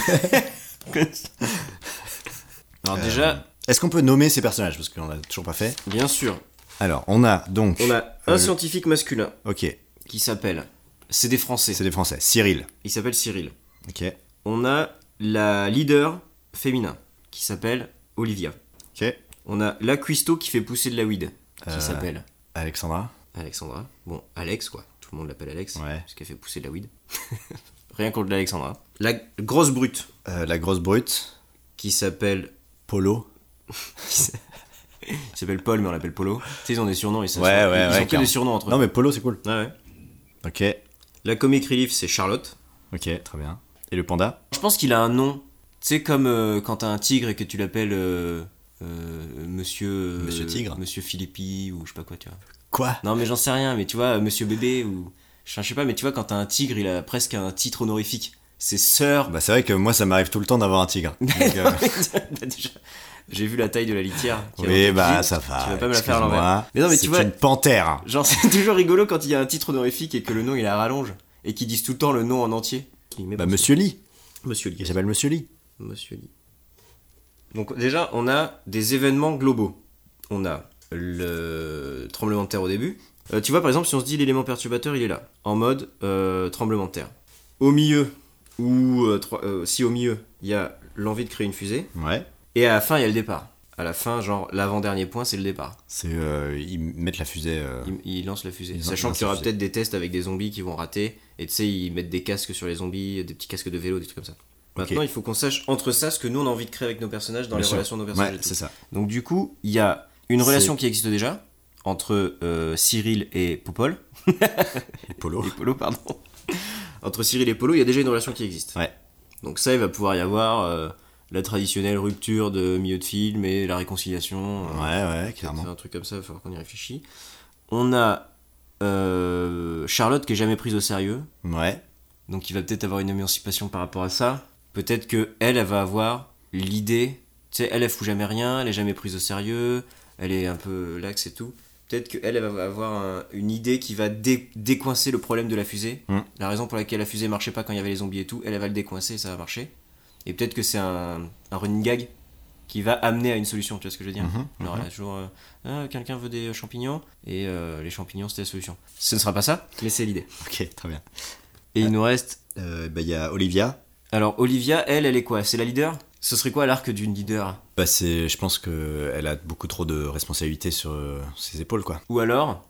Alors déjà... Est-ce qu'on peut nommer ces personnages? Parce qu'on l'a toujours pas fait. Bien sûr. Alors, on a donc... On a un scientifique masculin. Ok. Qui s'appelle... C'est des Français. C'est des Français. Cyril. Il s'appelle Cyril. Ok. On a la leader féminin. Qui s'appelle Olivia. Ok. On a la cuistot qui fait pousser de la weed. Qui s'appelle... Alexandra. Bon, Alex, quoi. Tout le monde l'appelle Alex. Ouais. Parce qu'elle fait pousser de la weed. Rien contre l'Alexandra. La grosse brute. La grosse brute. Qui s'appelle... Polo. Il s'appelle Paul, mais on l'appelle Polo. Tu sais, ils ont des surnoms. Ils ont que des surnoms entre eux. Non, mais Polo, c'est cool. Ouais. Ok. La comic relief, c'est Charlotte. Ok, très bien. Et le panda? Je pense qu'il a un nom. Tu sais, comme quand t'as un tigre et que tu l'appelles Monsieur... Monsieur Tigre. Monsieur Philippi ou je sais pas quoi, tu vois. Quoi? Non, mais j'en sais rien. Mais tu vois, Monsieur Bébé ou... Je sais pas, mais tu vois, quand t'as un tigre, il a presque un titre honorifique. C'est Sœur... Bah c'est vrai que moi, ça m'arrive tout le temps d'avoir un tigre. Donc, bah, déjà, j'ai vu la taille de la litière. Oui, bah ça va. Tu vas pas me la faire à l'envers. Mais non, mais tu vois... C'est une panthère. Genre, c'est toujours rigolo quand il y a un titre honorifique et que le nom, il a rallonge. Et qu'ils disent tout le temps le nom en entier. Bah Monsieur Lee. Monsieur Lee. Il s'appelle Monsieur Lee. Monsieur Lee. Donc déjà, on a des événements globaux. On a le tremblement de terre au début. Tu vois, par exemple, si on se dit l'élément perturbateur, il est là, en mode tremblement de terre. Au milieu, si au milieu, il y a l'envie de créer une fusée, Ouais. et à la fin, il y a le départ. À la fin, genre, l'avant-dernier point, c'est le départ. C'est ils mettent la fusée. Ils lancent la fusée. Ils Sachant lancent qu'il y aura la fusée. peut-être des tests avec des zombies qui vont rater, et tu sais, ils mettent des casques sur les zombies, des petits casques de vélo, des trucs comme ça. Maintenant, il faut qu'on sache entre ça ce que nous on a envie de créer avec nos personnages dans Bien les sûr. relations de nos personnages. Ouais, et tout. c'est ça. Donc, du coup, il y a une C'est- relation qui existe déjà entre Cyril et Popol. Et Polo. Et Polo, pardon. Entre Cyril et Polo, il y a déjà une relation qui existe. Ouais. Donc, ça, il va pouvoir y avoir la traditionnelle rupture de milieu de film et la réconciliation. Ouais, C'est clairement. un truc comme ça, il va falloir qu'on y réfléchisse. On a Charlotte qui est jamais prise au sérieux. Ouais. Donc il va peut-être avoir une émancipation par rapport à ça. Peut-être que elle va avoir l'idée, tu sais, elle fout jamais rien, elle est jamais prise au sérieux, elle est un peu laxe et tout. Peut-être qu'elle va avoir une idée qui va décoincer le problème de la fusée. La raison pour laquelle la fusée marchait pas quand il y avait les zombies et tout, elle va le décoincer et ça va marcher. Et peut-être que c'est un running gag qui va amener à une solution, tu vois ce que je veux dire. Genre, il y a toujours quelqu'un veut des champignons et les champignons c'était la solution. Ce ne sera pas ça, mais c'est l'idée. Ok, très bien. Et il nous reste. Il y a Olivia. Alors Olivia, elle est quoi? C'est la leader? Ce serait quoi l'arc d'une leader? Bah je pense que elle a beaucoup trop de responsabilités sur ses épaules, quoi. Ou alors,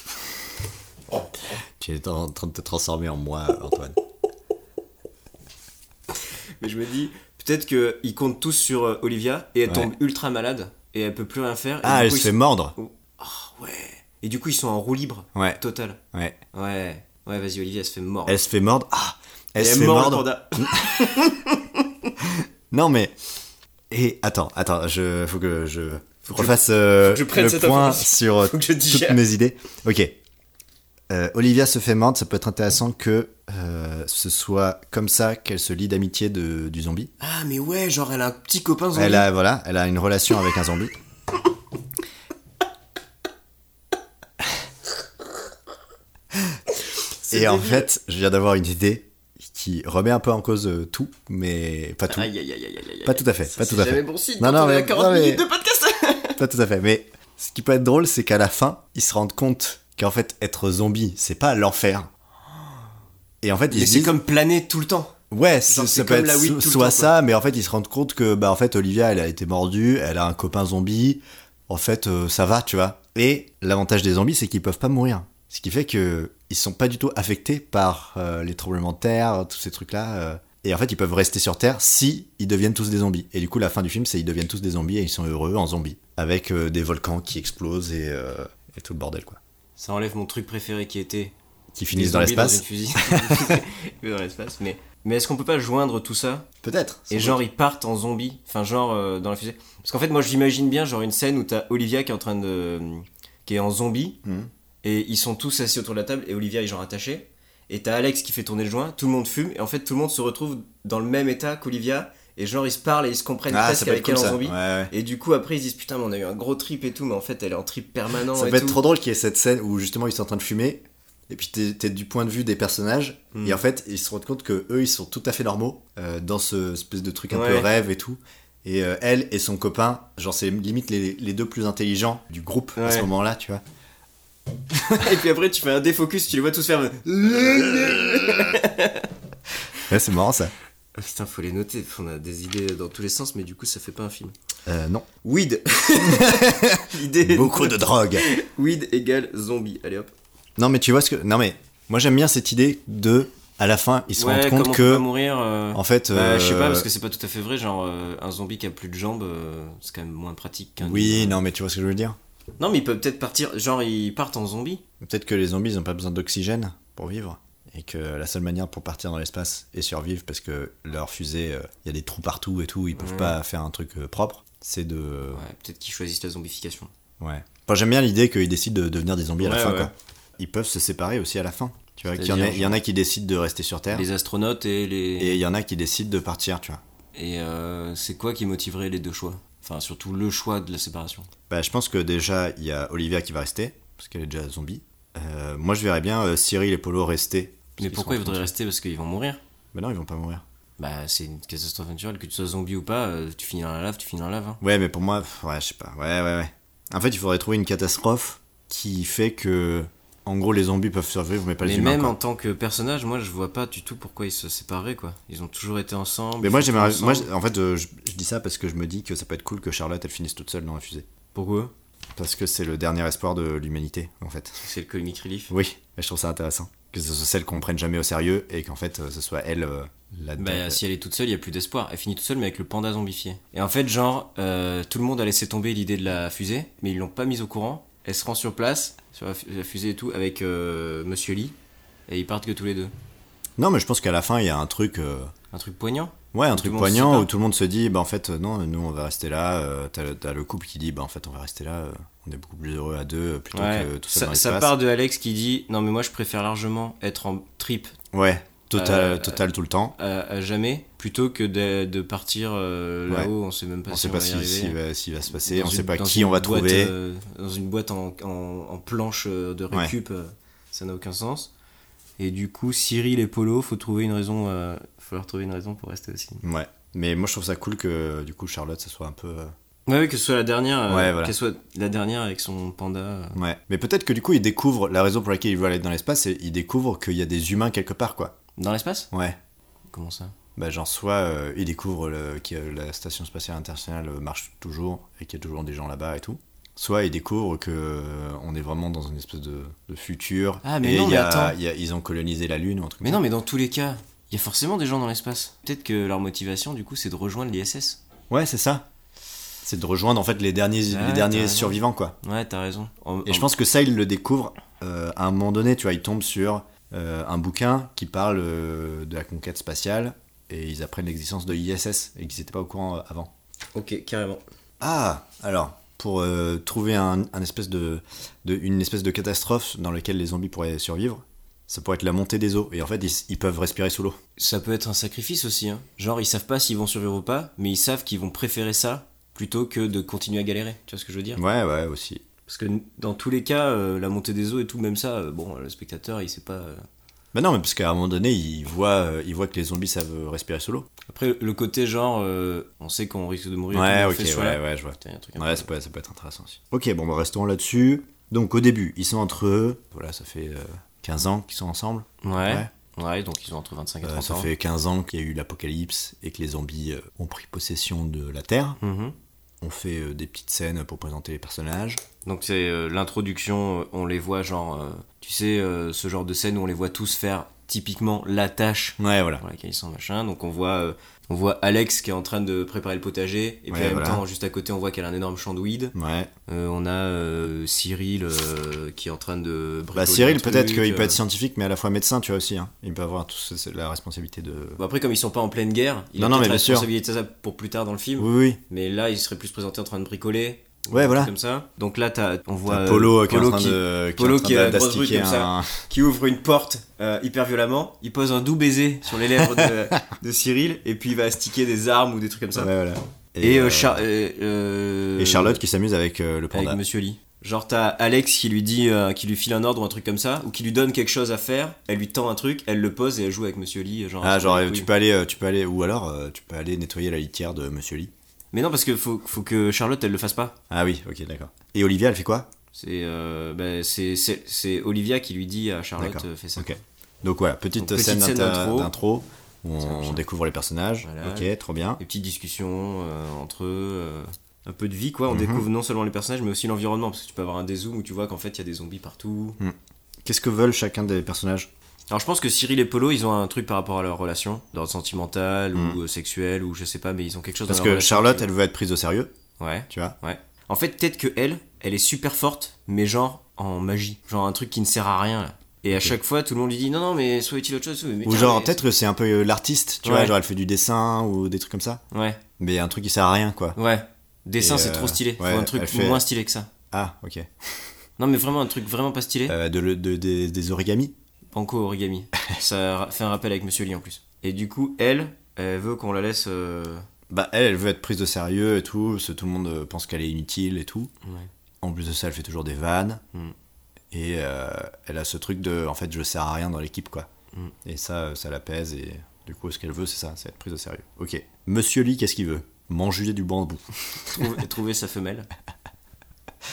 Tu es en train de te transformer en moi, Antoine. mais je me dis, peut-être qu'ils comptent tous sur Olivia et elle Ouais. tombe ultra malade et elle peut plus rien faire. Et Ah, du elle coup, se fait mordre. Ouais. Et du coup, ils sont en roue libre. Ouais. Total. Ouais. Ouais. Ouais, vas-y, Olivia, elle se fait mordre. Elle se fait mordre. Ah, elle Et se fait mord le mordre. panda. Non mais. Et attends, faut que je refasse je prenne le cette point information. sur Faut que je toutes digère. mes idées. Ok. Olivia se fait mordre, ça peut être intéressant que ce soit comme ça qu'elle se lie d'amitié du zombie. Ah, mais ouais, genre elle a un petit copain zombie. Elle a une relation avec un zombie. C'est Et en débile. fait, je viens d'avoir une idée qui remet un peu en cause tout, mais pas tout. Aïe, aïe, aïe, aïe, aïe. Pas tout à fait, Ça, pas c'est tout à jamais fait. bon signe Non, quand non, on est à mais- 40 non, mais- minutes de podcast. Pas tout à fait, mais ce qui peut être drôle, c'est qu'à la fin, ils se rendent compte qu'en fait, être zombie, c'est pas l'enfer. Et en fait, ils Mais se c'est disent, comme planer tout le temps. ouais, genre, ça c'est peut comme être la weed tout le soit temps, ça, mais en fait, ils se rendent compte que, bah, en fait, Olivia, elle a été mordue, elle a un copain zombie. En fait, ça va, tu vois. Et l'avantage des zombies, c'est qu'ils peuvent pas mourir. Ce qui fait que ils sont pas du tout affectés par les tremblements de terre, tous ces trucs-là. Et en fait, ils peuvent rester sur Terre si ils deviennent tous des zombies. Et du coup, la fin du film, c'est ils deviennent tous des zombies et ils sont heureux en zombies. Avec des volcans qui explosent et tout le bordel, quoi. Ça enlève mon truc préféré qui était Qui des finissent dans zombies l'espace. une fusée. Dans l'espace. Mais est-ce qu'on peut pas joindre tout ça Peut-être. et genre ils partent en zombie, enfin genre dans la fusée? Parce qu'en fait moi j'imagine bien genre une scène où t'as Olivia qui est en train de qui est en zombie et ils sont tous assis autour de la table et Olivia est genre attachée et t'as Alex qui fait tourner le joint, tout le monde fume et en fait tout le monde se retrouve dans le même état qu'Olivia et genre ils se parlent et ils se comprennent Ah, presque ça peut être avec cool, elle en ça. zombie. Ouais. Et du coup après ils se disent putain mais on a eu un gros trip et tout mais en fait elle est en trip permanent Ça et peut être tout. trop drôle qu'il y ait cette scène où justement ils sont en train de fumer. Et puis t'es du point de vue des personnages. Et en fait, ils se rendent compte que eux, ils sont tout à fait normaux dans ce espèce de truc un peu Ouais. rêve et tout. Et elle et son copain, genre c'est limite les deux plus intelligents du groupe à ce Ouais. moment-là, tu vois. Et puis après tu fais un défocus, tu les vois tous faire Ouais, c'est marrant ça. Ah, putain, faut les noter. On a des idées dans tous les sens, mais du coup, ça fait pas un film. Non. Weed. L'idée. Beaucoup de drogue. Weed égale zombie. Allez hop. Non, mais tu vois ce que. Non, mais moi j'aime bien cette idée de. À la fin, ils se rendent comment compte on peut pas que. mourir. En fait. Bah, je sais pas, parce que c'est pas tout à fait vrai. Genre, un zombie qui a plus de jambes, c'est quand même moins pratique qu'un. Oui, non, mais tu vois ce que je veux dire. Non, mais ils peuvent peut-être partir. Genre, ils partent en zombie. Peut-être que les zombies ils ont pas besoin d'oxygène pour vivre. Et que la seule manière pour partir dans l'espace et survivre, parce que leur fusée, il y a des trous partout et tout, ils peuvent pas faire un truc propre, c'est de. Ouais, peut-être qu'ils choisissent la zombification. Ouais. Enfin, j'aime bien l'idée qu'ils décident de devenir des zombies à la Ouais, fin, ouais. quoi. Ils peuvent se séparer aussi à la fin. Tu vois, C'est-à-dire, il y en a qui décident de rester sur Terre. Les astronautes et les. Et il y en a qui décident de partir, tu vois. Et c'est quoi qui motiverait les deux choix? Enfin, surtout le choix de la séparation. Bah, je pense que déjà, il y a Olivia qui va rester, parce qu'elle est déjà zombie. Moi, je verrais bien Cyril et Polo rester. parce Mais qu'ils pourquoi sont ils voudraient frontières. rester? Parce qu'ils vont mourir. Bah non, ils vont pas mourir. Bah, c'est une catastrophe naturelle, que tu sois zombie ou pas, tu finis dans la lave, tu finis dans la lave. Hein. Ouais, mais pour moi, ouais, je sais pas. Ouais. En fait, il faudrait trouver une catastrophe qui fait que, en gros, les zombies peuvent survivre, mais pas les Mais humains. même Quoi. en tant que personnage, moi je vois pas du tout pourquoi ils se séparaient quoi. Ils ont toujours été ensemble. Mais moi, ils sont j'aimerais. toujours Moi, ensemble. en fait, je dis ça parce que je me dis que ça peut être cool que Charlotte, elle finisse toute seule dans la fusée. Pourquoi? Parce que c'est le dernier espoir de l'humanité, en fait. C'est le comic relief. Oui, et je trouve ça intéressant. Que ce soit celle qu'on prenne jamais au sérieux et qu'en fait, ce soit elle la. Bah si elle est toute seule, il y a plus d'espoir. Elle finit toute seule mais avec le panda zombifié. Et en fait genre tout le monde a laissé tomber l'idée de la fusée, mais ils l'ont pas mise au courant. Elle se rend sur place sur la fusée et tout avec Monsieur Lee et ils partent que tous les deux. Non, mais je pense qu'à la fin, il y a un truc. Un truc poignant. Ouais, un Où truc tout le monde se poignant sépare. où tout le monde se dit, bah en fait, non, nous on va rester là. T'as le couple qui dit, bah en fait, on va rester là. On est beaucoup plus heureux à deux plutôt Ouais. que tout seul dans Ça l'espace. part de Alex qui dit non mais moi je préfère largement être en trip Ouais, total tout le temps. à jamais plutôt que de partir là-haut. On sait même pas On si sait on pas va y arriver. s'il va se passer, Dans on sait une- pas dans qui une on va boîte, trouver. dans une boîte en planche de récup, ça n'a aucun sens. Et du coup, Cyril et Polo, faut leur trouver une raison pour rester aussi. Ouais, mais moi je trouve ça cool que du coup Charlotte, ça soit un peu. Ouais, que ce soit la dernière, Ouais, voilà. qu'elle soit la dernière avec son panda. Ouais, mais peut-être que du coup il découvre la raison pour laquelle il veut aller dans l'espace, c'est il découvre qu'il y a des humains quelque part, quoi. Dans l'espace? Ouais. Comment ça? Bah genre soit il découvre que la station spatiale internationale marche toujours et qu'il y a toujours des gens là-bas et tout. Soit il découvre que on est vraiment dans une espèce de futur. Ah, mais et non, il y mais a- attends. ils ont colonisé la Lune ou un truc Mais comme non, mais dans tous les cas, il y a forcément des gens dans l'espace. Peut-être que leur motivation, du coup, c'est de rejoindre l'ISS. ça. Ouais, c'est ça. C'est de rejoindre en fait les derniers Ouais, t'as raison. survivants, quoi. Ouais, t'as raison. Et je pense que ça, il le découvre à un moment donné, tu vois, il tombe sur un bouquin qui parle de la conquête spatiale et ils apprennent l'existence de l'ISS et qu'ils n'étaient pas au courant avant. Ok, carrément. Ah, alors, pour trouver une espèce de catastrophe dans laquelle les zombies pourraient survivre, ça pourrait être la montée des eaux. Et en fait, ils peuvent respirer sous l'eau. Ça peut être un sacrifice aussi, hein. Genre, ils savent pas s'ils vont survivre ou pas, mais ils savent qu'ils vont préférer ça plutôt que de continuer à galérer. Tu vois ce que je veux dire? Ouais, aussi. Parce que dans tous les cas, la montée des eaux et tout, même ça, bon, le spectateur, il sait pas. Bah non, mais parce qu'à un moment donné, ils voient que les zombies savent respirer sous l'eau. Après, le côté genre, on sait qu'on risque de mourir. Ouais, tout, on ok, fait ce choix-là. ouais, je vois. Putain, y a un truc un Ouais, peu- ça peut être intéressant aussi. Ok, bon, bah restons là-dessus. Donc au début, ils sont entre eux. Voilà, ça fait 15 ans qu'ils sont ensemble. Ouais, donc ils ont entre 25 et 30 Ça ans. fait 15 ans qu'il y a eu l'apocalypse et que les zombies ont pris possession de la Terre. Mhm. On fait des petites scènes pour présenter les personnages. Donc c'est l'introduction, on les voit genre, tu sais, ce genre de scène où on les voit tous faire typiquement la tâche Ouais, voilà. pour laquelle ils sont machin. Donc on voit Alex qui est en train de préparer le potager, et puis Ouais, en même voilà. temps, juste à côté, on voit qu'elle a un énorme champ de weed. Ouais. On a Cyril qui est en train de bricoler Bah Cyril, un peut-être truc, qu'il peut être scientifique, mais à la fois médecin, tu vois aussi. Hein. Il peut avoir la responsabilité de... Bon, après, comme ils sont pas en pleine guerre, il a Non, peut-être mais la bien sûr. responsabilité de ça pour plus tard dans le film. Oui. Mais là, il serait plus présenté en train de bricoler. Ouais, un voilà. truc Comme ça. Donc là, on voit T'as Polo qui est en train qui- de... Polo qui a la grosse d'astiquer truc comme ça. qui ouvre une porte hyper violemment. Il pose un doux baiser sur les lèvres de Cyril, et puis il va astiquer des armes ou des trucs comme ça. Ouais, voilà. Et, Et Charlotte qui s'amuse avec le panda. avec Monsieur Lee. Genre t'as Alex qui lui dit, qui lui file un ordre ou un truc comme ça, ou qui lui donne quelque chose à faire. Elle lui tend un truc, elle le pose et elle joue avec Monsieur Lee. Genre, Ah, genre, oui. tu peux aller, ou alors tu peux aller nettoyer la litière de Monsieur Lee. Mais non, parce que faut que Charlotte elle le fasse pas. Ah oui, ok, d'accord. Et Olivia, elle fait quoi? C'est Olivia qui lui dit à Charlotte D'accord. fais ça. Ok. Donc voilà, petite Donc, scène petite scène d'intro où Ça on marche. découvre les personnages. Voilà. Ok, trop bien. Des petites discussions entre eux, un peu de vie quoi. On Mhm. découvre non seulement les personnages mais aussi l'environnement, parce que tu peux avoir un dézoom où tu vois qu'en fait il y a des zombies partout. Qu'est-ce que veulent chacun des personnages? Alors je pense que Cyril et Polo ils ont un truc par rapport à leur relation, d'ordre sentimental ou sexuel ou je sais pas, mais ils ont quelque chose Parce dans que leur relation Charlotte, qui- elle veut être prise au sérieux, Ouais, tu vois. ouais. En fait peut-être que elle est super forte, mais genre en magie, genre un truc qui ne sert à rien là. Et à chaque fois tout le monde lui dit non mais soit utile autre chose. Mais Ou tiens, genre, mais- peut-être que c'est un peu l'artiste, tu Ouais. vois, genre elle fait du dessin ou des trucs comme ça. Ouais, Mais un truc qui sert à rien, quoi. ouais. Dessin Et, c'est trop stylé, ouais, faut un truc elle fait- moins stylé que ça. Ah, ok. Non mais vraiment un truc vraiment pas stylé. Des origamis. Banco origami. Ça fait un rappel avec Monsieur Lee en plus. Et du coup, elle veut qu'on la laisse. Bah, elle veut être prise au sérieux et tout, parce que tout le monde pense qu'elle est inutile et tout. Ouais. En plus de ça, elle fait toujours des vannes. Mm. Et elle a ce truc de, en fait, je sers à rien dans l'équipe, quoi. Mm. Et ça l'apaise. Et du coup, ce qu'elle veut, c'est ça, c'est être prise au sérieux. Ok. Monsieur Lee, qu'est-ce qu'il veut? Manger du bambou. Trouver sa femelle.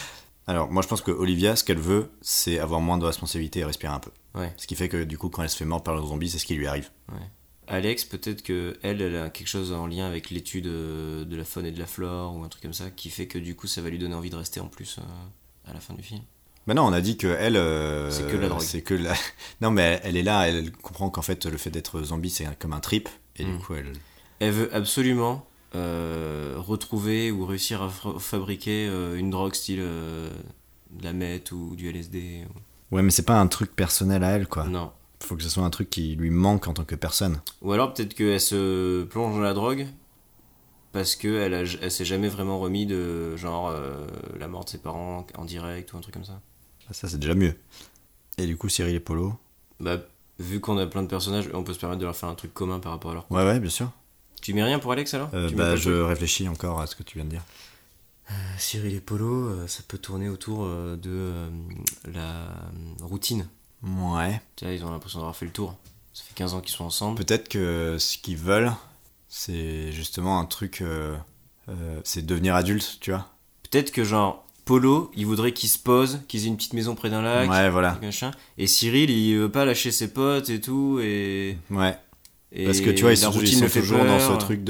Alors, moi, je pense que Olivia, ce qu'elle veut, c'est avoir moins de responsabilités et respirer un peu. Ouais. Ce qui fait que, du coup, quand elle se fait mordre par le zombie, c'est ce qui lui arrive. Ouais. Alex, peut-être que elle a quelque chose en lien avec l'étude de la faune et de la flore ou un truc comme ça qui fait que du coup ça va lui donner envie de rester en plus à la fin du film. Bah non, on a dit que elle, C'est que la drogue. c'est que la... Non, mais elle est là, elle comprend qu'en fait le fait d'être zombie c'est comme un trip et du coup elle. Elle veut absolument retrouver ou réussir à fabriquer une drogue style de la meth ou du LSD. Ouais, mais c'est pas un truc personnel à elle quoi. Non. Faut que ce soit un truc qui lui manque en tant que personne. Ou alors peut-être qu'elle se plonge dans la drogue parce qu'elle s'est jamais vraiment remis de genre la mort de ses parents en direct ou un truc comme ça. Ça c'est déjà mieux. Et du coup Cyril et Polo. Bah, vu qu'on a plein de personnages, on peut se permettre de leur faire un truc commun par rapport à leur couple. Ouais, bien sûr. Tu mets rien pour Alex alors Tu mets pas Bah le je truc réfléchis encore à ce que tu viens de dire. Cyril et Polo, ça peut tourner autour de la routine. Ouais. Tu vois, ils ont l'impression d'avoir fait le tour. Ça fait 15 ans qu'ils sont ensemble. Peut-être que ce qu'ils veulent, c'est justement un truc. C'est devenir adulte, tu vois. Peut-être que genre, Polo, il voudrait qu'ils se posent, qu'ils aient une petite maison près d'un lac. Ouais, voilà. Machin. Et Cyril, il veut pas lâcher ses potes et tout. Ouais. Et Parce que tu vois, ils la sont routine le fait toujours dans ce peur. truc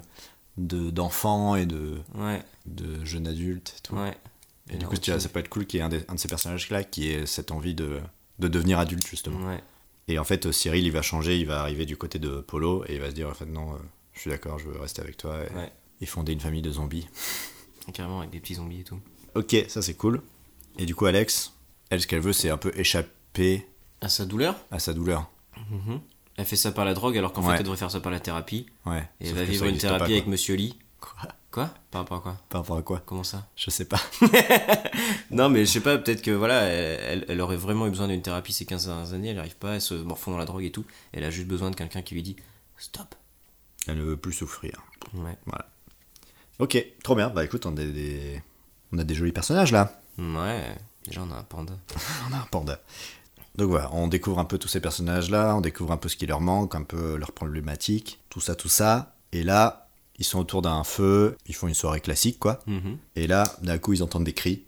d'enfant et Ouais, de jeune adulte et tout. ouais. Et du la coup, tu vois, routine. ça peut être cool qu'il y ait un de ces personnages-là qui ait cette envie de devenir adulte, justement. Ouais. Et en fait, Cyril, il va changer, il va arriver du côté de Polo et il va se dire, en fait, non, je suis d'accord, je veux rester avec toi. Et Ouais. fonder une famille de zombies. Carrément, avec des petits zombies et tout. Ok, ça c'est cool. Et du coup, Alex, elle, ce qu'elle veut, c'est un peu échapper À sa douleur à sa douleur. Elle fait ça par la drogue alors qu'en Ouais. fait elle devrait faire ça par la thérapie. Ouais. Et elle Sauf va que vivre ça une existe thérapie pas, avec quoi. Monsieur Lee. Quoi Quoi Par rapport à quoi Par rapport à quoi Comment ça Je sais pas. Non mais je sais pas, peut-être que voilà, elle aurait vraiment eu besoin d'une thérapie ces 15 dernières années, elle n'y arrive pas, elle se morfond dans la drogue et tout. Elle a juste besoin de quelqu'un qui lui dit stop. Elle ne veut plus souffrir. Ouais. Voilà. Ok, trop bien. Bah écoute, on a des jolis personnages là. Ouais, déjà on a un panda. On a un panda. Donc voilà, on découvre un peu tous ces personnages-là, on découvre un peu ce qui leur manque, un peu leurs problématiques, tout ça. Et là, ils sont autour d'un feu, ils font une soirée classique, quoi. Mhm. Et là, d'un coup, ils entendent des cris.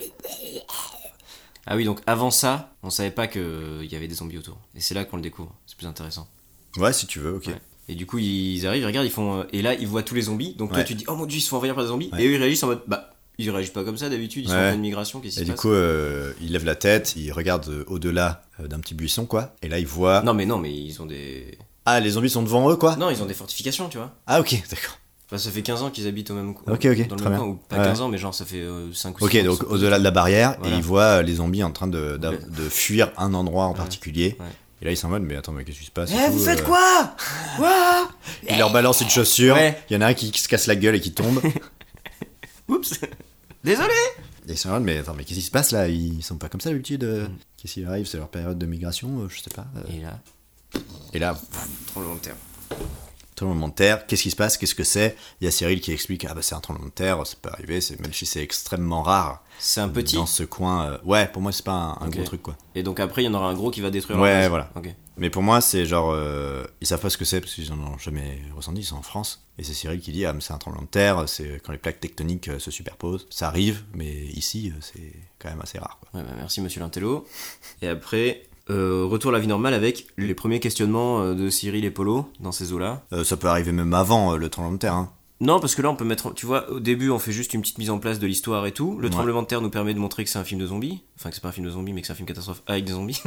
Ah oui, donc avant ça, on savait pas qu'il y avait des zombies autour. Et c'est là qu'on le découvre, c'est plus intéressant. Ouais, si tu veux, ok. Ouais. Et du coup, ils arrivent, ils regardent, ils font. Et là, ils voient tous les zombies. Donc toi, Ouais. tu dis, oh mon dieu, ils se font envahir par des zombies. Ouais. Et eux, ils réagissent en mode, bah, ils réagissent pas comme ça d'habitude, ils sont en Ouais. pleine migration, qu'est-ce qui Et se du passe coup, ils lèvent la tête, ils regardent au-delà d'un petit buisson, quoi. Et là, ils voient... Non, mais ils ont des. Ah, les zombies sont devant eux, quoi. Non, ils ont des fortifications, tu vois. Ah, ok, d'accord. Enfin, ça fait 15 ans qu'ils habitent au même coin. Ok, ok, dans le très même bien. coin, ou pas Ouais. 15 ans, mais genre ça fait 5 ou 6 Ok, ans. donc au-delà de la barrière, Voilà. et ils voient les zombies en train de fuir un endroit en particulier. Ouais. Et là, ils sont en mode, mais attends, mais qu'est-ce qui se passe et Eh, tout, vous faites quoi Quoi Ils leur balancent une chaussure, Ouais. il y en a un qui se casse la gueule et qui tombe. Oups Désolé Et ils sont en mode, mais attends, mais qu'est-ce qui se passe là? Ils sont pas comme ça d'habitude. Qu'est-ce qui arrive? C'est leur période de migration, je sais pas. Et là, Et là, tremblement de terre. tremblement de terre, qu'est-ce qui se passe? Qu'est-ce que c'est? Il y a Cyril qui explique, ah bah c'est un tremblement de terre, ça peut arriver, même si c'est extrêmement rare. C'est un petit. Dans ce coin, ouais, pour moi c'est pas un Ok. gros truc quoi. Et donc après, il y en aura un gros qui va détruire Ouais, leur base. voilà. Ok. Mais pour moi, c'est genre. Ils savent pas ce que c'est parce qu'ils en ont jamais ressenti, ils sont en France. Et c'est Cyril qui dit, ah, mais c'est un tremblement de terre, c'est quand les plaques tectoniques se superposent. Ça arrive, mais ici, c'est quand même assez rare. Quoi. Ouais, bah merci monsieur Lintello. Et après, retour à la vie normale avec les premiers questionnements de Cyril et Polo dans ces eaux-là. Ça peut arriver même avant le tremblement de terre. Hein. Non, parce que là, on peut mettre. Tu vois, au début, on fait juste une petite mise en place de l'histoire et tout. Le Ouais. tremblement de terre nous permet de montrer que c'est un film de zombies. Enfin, que c'est pas un film de zombies, mais que c'est un film catastrophe avec des zombies.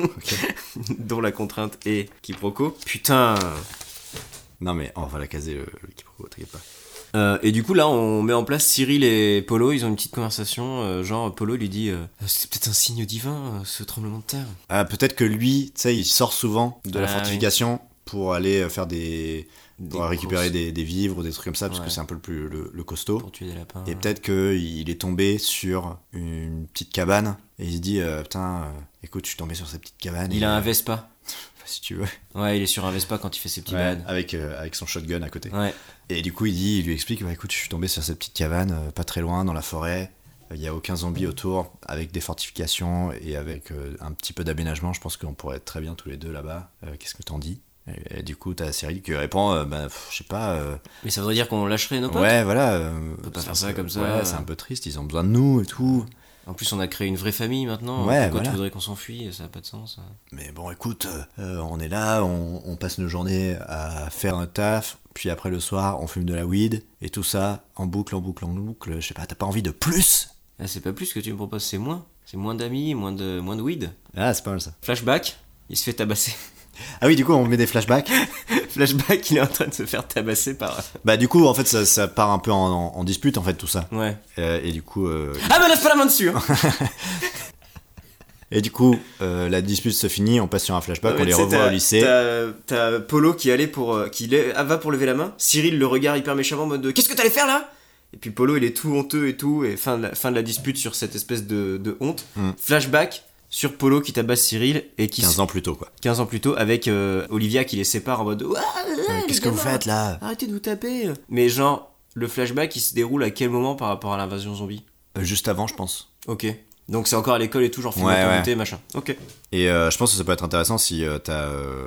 Dont la contrainte est quiproquo. Putain. Non, mais on va la caser le quiproquo, t'inquiète pas. Et du coup, là, on met en place Cyril et Polo. Ils ont une petite conversation. Genre, Polo lui dit c'est peut-être un signe divin, ce tremblement de terre. Ah, peut-être que lui, tu sais, il sort souvent de la Ah, fortification pour aller faire pour récupérer courses des vivres ou des trucs comme ça, parce Ouais. que c'est un peu le costaud. pour tuer des lapins. Et peut-être qu'il est tombé sur une petite cabane et il se dit putain, écoute, je suis tombé sur cette petite cabane. Il et, a un Vespa. si tu veux, Ouais, il est sur un Vespa quand il fait ses petits balades. avec son shotgun à côté. Ouais. Et du coup, il lui explique écoute, je suis tombé sur cette petite cabane, pas très loin, dans la forêt. Il n'y a aucun zombie autour, avec des fortifications et avec un petit peu d'aménagement. Je pense qu'on pourrait être très bien tous les deux là-bas. Qu'est-ce que t'en dis? Et du coup, t'as Cyril qui répond je sais pas. Mais ça voudrait dire qu'on lâcherait nos potes. Ouais, voilà. peut pas c'est faire un ça peu- comme ça. Ouais, c'est un peu triste, ils ont besoin de nous et tout. En plus, on a créé une vraie famille maintenant. Ouais, Pourquoi voilà. tu voudrais qu'on s'enfuit? Ça n'a pas de sens. Mais bon, écoute, on est là, on passe nos journées à faire un taf, puis après le soir, on fume de la weed, et tout ça, en boucle, en boucle, en boucle. Je sais pas, t'as pas envie de plus? Là, c'est pas plus que tu me proposes, c'est moins. C'est moins d'amis, moins de weed. Ah, c'est pas mal ça. Flashback, il se fait tabasser. Ah oui, du coup, on met des flashbacks. Flashback, il est en train de se faire tabasser par... Bah, du coup, en fait, ça part un peu en dispute, en fait, tout ça. Ouais. Et du coup... Ah, me lève pas la main dessus hein. Et du coup, la dispute se finit, on passe sur un flashback, Ouais, on les tu sais, revoit au lycée. T'as Polo qui allait va pour lever la main. Cyril le regarde hyper méchamment en mode de, qu'est-ce que t'allais faire là? Et puis Polo il est tout honteux et tout. Et fin de la dispute sur cette espèce de honte. Flashback sur Polo qui tabasse Cyril et qui 15 ans plus tôt, quoi. 15 ans plus tôt avec Olivia qui les sépare en mode Qu'est-ce que vous faites là? Arrêtez de vous taper. Mais genre le flashback il se déroule à quel moment par rapport à l'invasion zombie? Juste avant, je pense. Ok. Donc c'est encore à l'école et tout, genre film Ouais, d'autorité, machin. Ok. Et je pense que ça peut être intéressant si t'as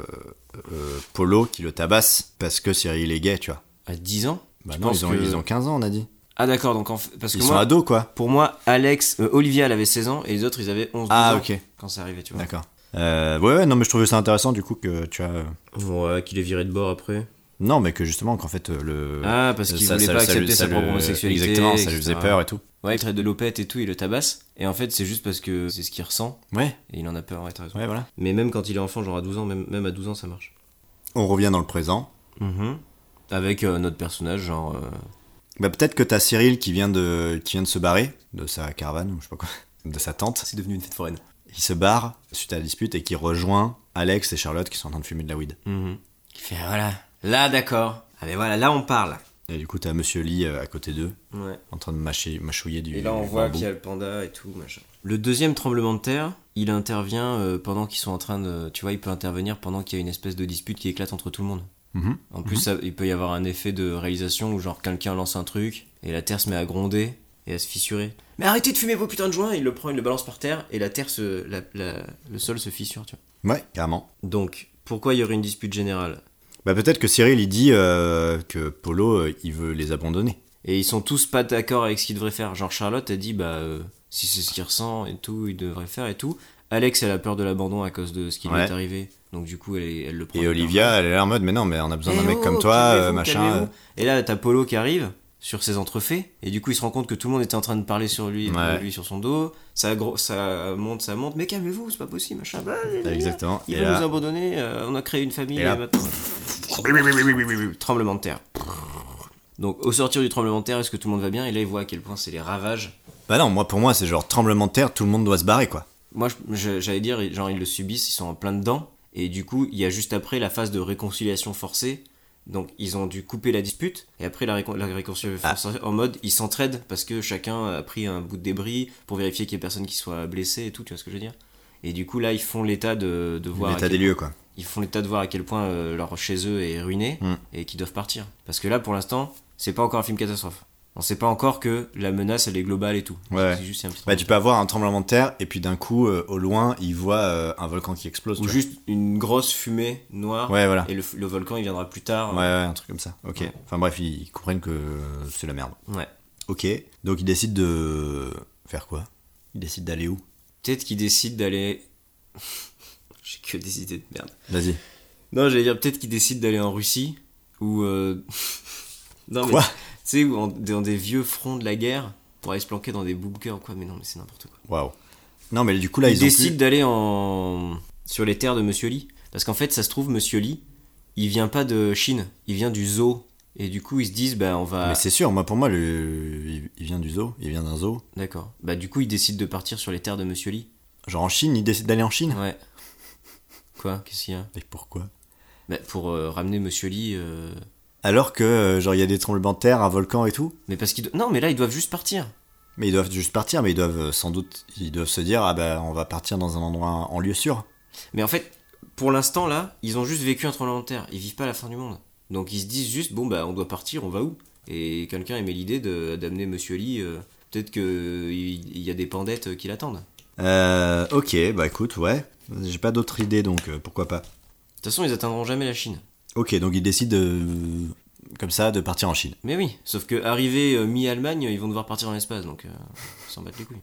Polo qui le tabasse parce que Cyril est gay, tu vois. À 10 ans? Bah Je non, pense ils ont 15 ans, on a dit. Ah d'accord, donc parce que Ils sont moi, ados, quoi. pour moi, Olivia elle avait 16 ans et les autres ils avaient 11 Ah, ans ok. quand c'est arrivé, tu vois. D'accord. Ouais, non, mais je trouvais ça intéressant, du coup, que tu as... Ouais, qu'il est viré de bord après. Non, mais que justement, qu'en fait, Ah, parce qu'il voulait pas accepter sa propre homosexualité. Exactement, ça lui etc. faisait peur et tout. Ouais, il traite de lopette et tout, il le tabasse. Et en fait, c'est juste parce que c'est ce qu'il ressent Ouais, et il en a peur, ouais, t'as raison. ouais, voilà. Mais même quand il est enfant, genre à 12 ans, même à 12 ans, ça marche. On revient dans le présent. Avec notre personnage, genre... Bah peut-être que t'as Cyril qui vient de se barrer de sa caravane, ou je sais pas quoi, de sa tente. C'est devenu une fête foraine. Il se barre suite à la dispute et qui rejoint Alex et Charlotte qui sont en train de fumer de la weed. Il fait, voilà, là d'accord. Ah mais voilà, là on parle. Et du coup t'as Monsieur Lee à côté d'eux, Ouais. en train de mâchouiller du Et là, on voit bambou. qu'il y a le panda et tout, machin. Le deuxième tremblement de terre, il intervient pendant qu'ils sont en train de... Tu vois, il peut intervenir pendant qu'il y a une espèce de dispute qui éclate entre tout le monde. Mhm. En plus, il peut y avoir un effet de réalisation où genre quelqu'un lance un truc et la terre se met à gronder et à se fissurer. Mais arrêtez de fumer vos putains de joints. Il le prend, il le balance par terre et la terre le sol se fissure, tu vois. Ouais, carrément. Donc, pourquoi il y aurait une dispute générale? Bah peut-être que Cyril il dit que Polo il veut les abandonner. Et ils sont tous pas d'accord avec ce qu'ils devraient faire. Genre Charlotte a dit si c'est ce qu'il ressent et tout, il devrait faire et tout. Alex elle a peur de l'abandon à cause de ce qui lui est arrivé. Donc du coup elle le prend. Et Olivia elle est là en mode mais non mais on a besoin d'un mec comme toi calmez-vous, machin. calmez-vous. Et là t'as Polo qui arrive sur ses entrefaits et du coup il se rend compte que tout le monde était en train de parler sur lui, Ouais. de lui sur son dos. Ça monte, mais calmez-vous, c'est pas possible, machin. Exactement. Il Et veut là- nous abandonner, on a créé une famille Et là- et maintenant... Tremblement de terre. Donc au sortir du tremblement de terre, est-ce que tout le monde va bien? Et là il voit à quel point c'est les ravages. Bah non, pour moi c'est genre tremblement de terre, tout le monde doit se barrer quoi. Moi j'allais dire, genre ils le subissent, ils sont en plein dedans. Et du coup il y a juste après la phase de réconciliation forcée. Donc ils ont dû couper la dispute. Et après la réconciliation forcée en mode ils s'entraident parce que chacun a pris un bout de débris pour vérifier qu'il y ait personne qui soit blessé et tout, tu vois ce que je veux dire? Et du coup là ils font l'état de voir... L'état des lieux quoi. Ils font l'état de voir à quel point leur chez eux est ruiné et qu'ils doivent partir. Parce que là, pour l'instant, c'est pas encore un film catastrophe. On sait pas encore que la menace, elle est globale et tout. Ouais. C'est juste un petit Bah tu peux avoir un tremblement de terre et puis d'un coup au loin il voit un volcan qui explose. Ou tu vois. juste une grosse fumée noire. Ouais voilà. Et le volcan, il viendra plus tard. Ouais, un truc comme ça. Ok. Ouais. Enfin bref, ils comprennent que c'est la merde. Ouais. Ok. Donc ils décident de faire quoi? Ils décident d'aller où? Peut-être qu'ils décident d'aller... J'ai que des idées de merde. Vas-y. Non, j'allais dire peut-être qu'ils décident d'aller en Russie. Ou... Non, Quoi? mais... Tu sais, dans des vieux fronts de la guerre, pour aller se planquer dans des bunkers ou quoi. Mais non, mais c'est n'importe quoi. Waouh. Non mais du coup là Ils ils ont décident d'aller sur les terres de Monsieur Lee. Parce qu'en fait, ça se trouve, Monsieur Lee, il vient pas de Chine, il vient du zoo. Et du coup, ils se disent, on va... Mais c'est sûr, pour moi il vient du zoo, il vient d'un zoo. D'accord. Du coup, ils décident de partir sur les terres de Monsieur Lee. Genre en Chine, ils décident d'aller en Chine? Ouais. Quoi? Qu'est-ce qu'il y a? Et pourquoi? Pour ramener Monsieur Lee... Alors que genre il y a des tremblements de terre, un volcan et tout. Mais parce qu'ils... Non, mais là, ils doivent juste partir. Mais ils doivent juste partir, mais ils doivent sans doute se dire on va partir dans un endroit en lieu sûr. Mais en fait, pour l'instant, là, ils ont juste vécu un tremblement de terre. Ils vivent pas la fin du monde. Donc ils se disent juste, on doit partir, on va où? Et quelqu'un émet l'idée d'amener Monsieur Lee... peut-être qu'il y a des pandettes qui l'attendent. Ok, bah écoute, ouais. J'ai pas d'autre idée donc pourquoi pas. De toute façon, ils atteindront jamais la Chine. Ok, donc ils décident comme ça de partir en Chine. Mais oui, sauf que arrivé mi-Allemagne, ils vont devoir partir dans l'espace, donc s'en battre les couilles.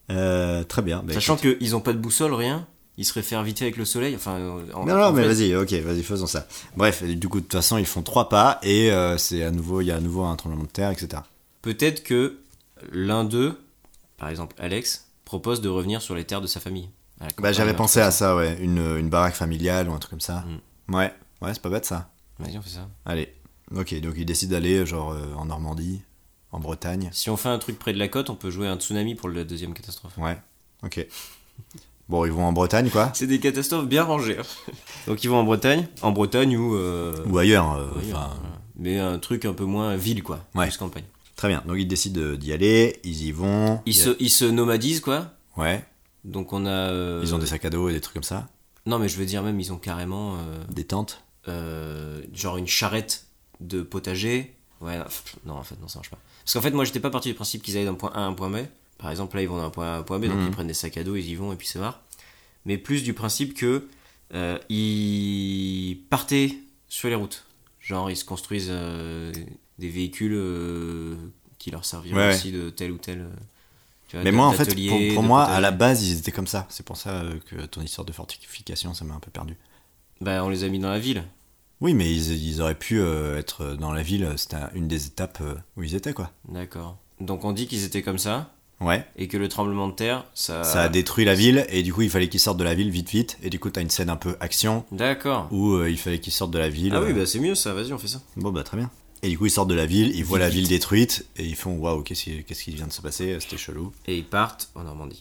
Très bien. Sachant qu'ils ont pas de boussole, rien. Ils se réfèrent vite fait avec le soleil. Enfin, non, mais vas-y, faisons ça. Bref, du coup, de toute façon, ils font 3 pas et il y a à nouveau un tremblement de terre, etc. Peut-être que l'un d'eux, par exemple Alex, propose de revenir sur les terres de sa famille. J'avais pensé à ça, ouais. Une baraque familiale ou un truc comme ça. Ouais, c'est pas bête ça. Vas-y, on fait ça. Allez. Ok, donc ils décident d'aller en Normandie, en Bretagne. Si on fait un truc près de la côte, on peut jouer un tsunami pour la deuxième catastrophe. Ouais, ok. Bon, ils vont en Bretagne, quoi. C'est des catastrophes bien rangées. Donc ils vont en Bretagne ou ailleurs. Mais un truc un peu moins ville, quoi. Ouais. Plus campagne. Très bien, donc ils décident d'y aller, ils y vont. Ils se nomadisent, quoi. Ouais. Donc on a... Ils ont des sacs à dos et des trucs comme ça. Non, mais je veux dire même, ils ont carrément... des tentes. Genre une charrette de potager. Ouais, non, en fait, non, ça marche pas. Parce qu'en fait, moi, j'étais pas parti du principe qu'ils allaient d'un point A à un point B. Par exemple, là, ils vont d'un point A à un point B, donc ils prennent des sacs à dos, ils y vont, et puis c'est marre. Mais plus du principe que ils partaient sur les routes. Genre, ils se construisent des véhicules qui leur serviront aussi de tel ou tel... mais moi, en fait, pour moi, à la base, ils étaient comme ça. C'est pour ça que ton histoire de fortification, ça m'a un peu perdu. Bah, on les a mis dans la ville. Oui, mais ils auraient pu être dans la ville. C'était une des étapes où ils étaient, quoi. D'accord. Donc on dit qu'ils étaient comme ça. Ouais. Et que le tremblement de terre, ça a détruit la ville, et du coup, il fallait qu'ils sortent de la ville vite. Et du coup, t'as une scène un peu action. D'accord. Où il fallait qu'ils sortent de la ville. Ah oui, bah c'est mieux ça, vas-y, on fait ça. Bon, bah très bien. Et du coup, ils sortent de la ville, ils voient la ville détruite, et ils font waouh, qu'est-ce qui vient de se passer, c'était chelou. Et ils partent en Normandie.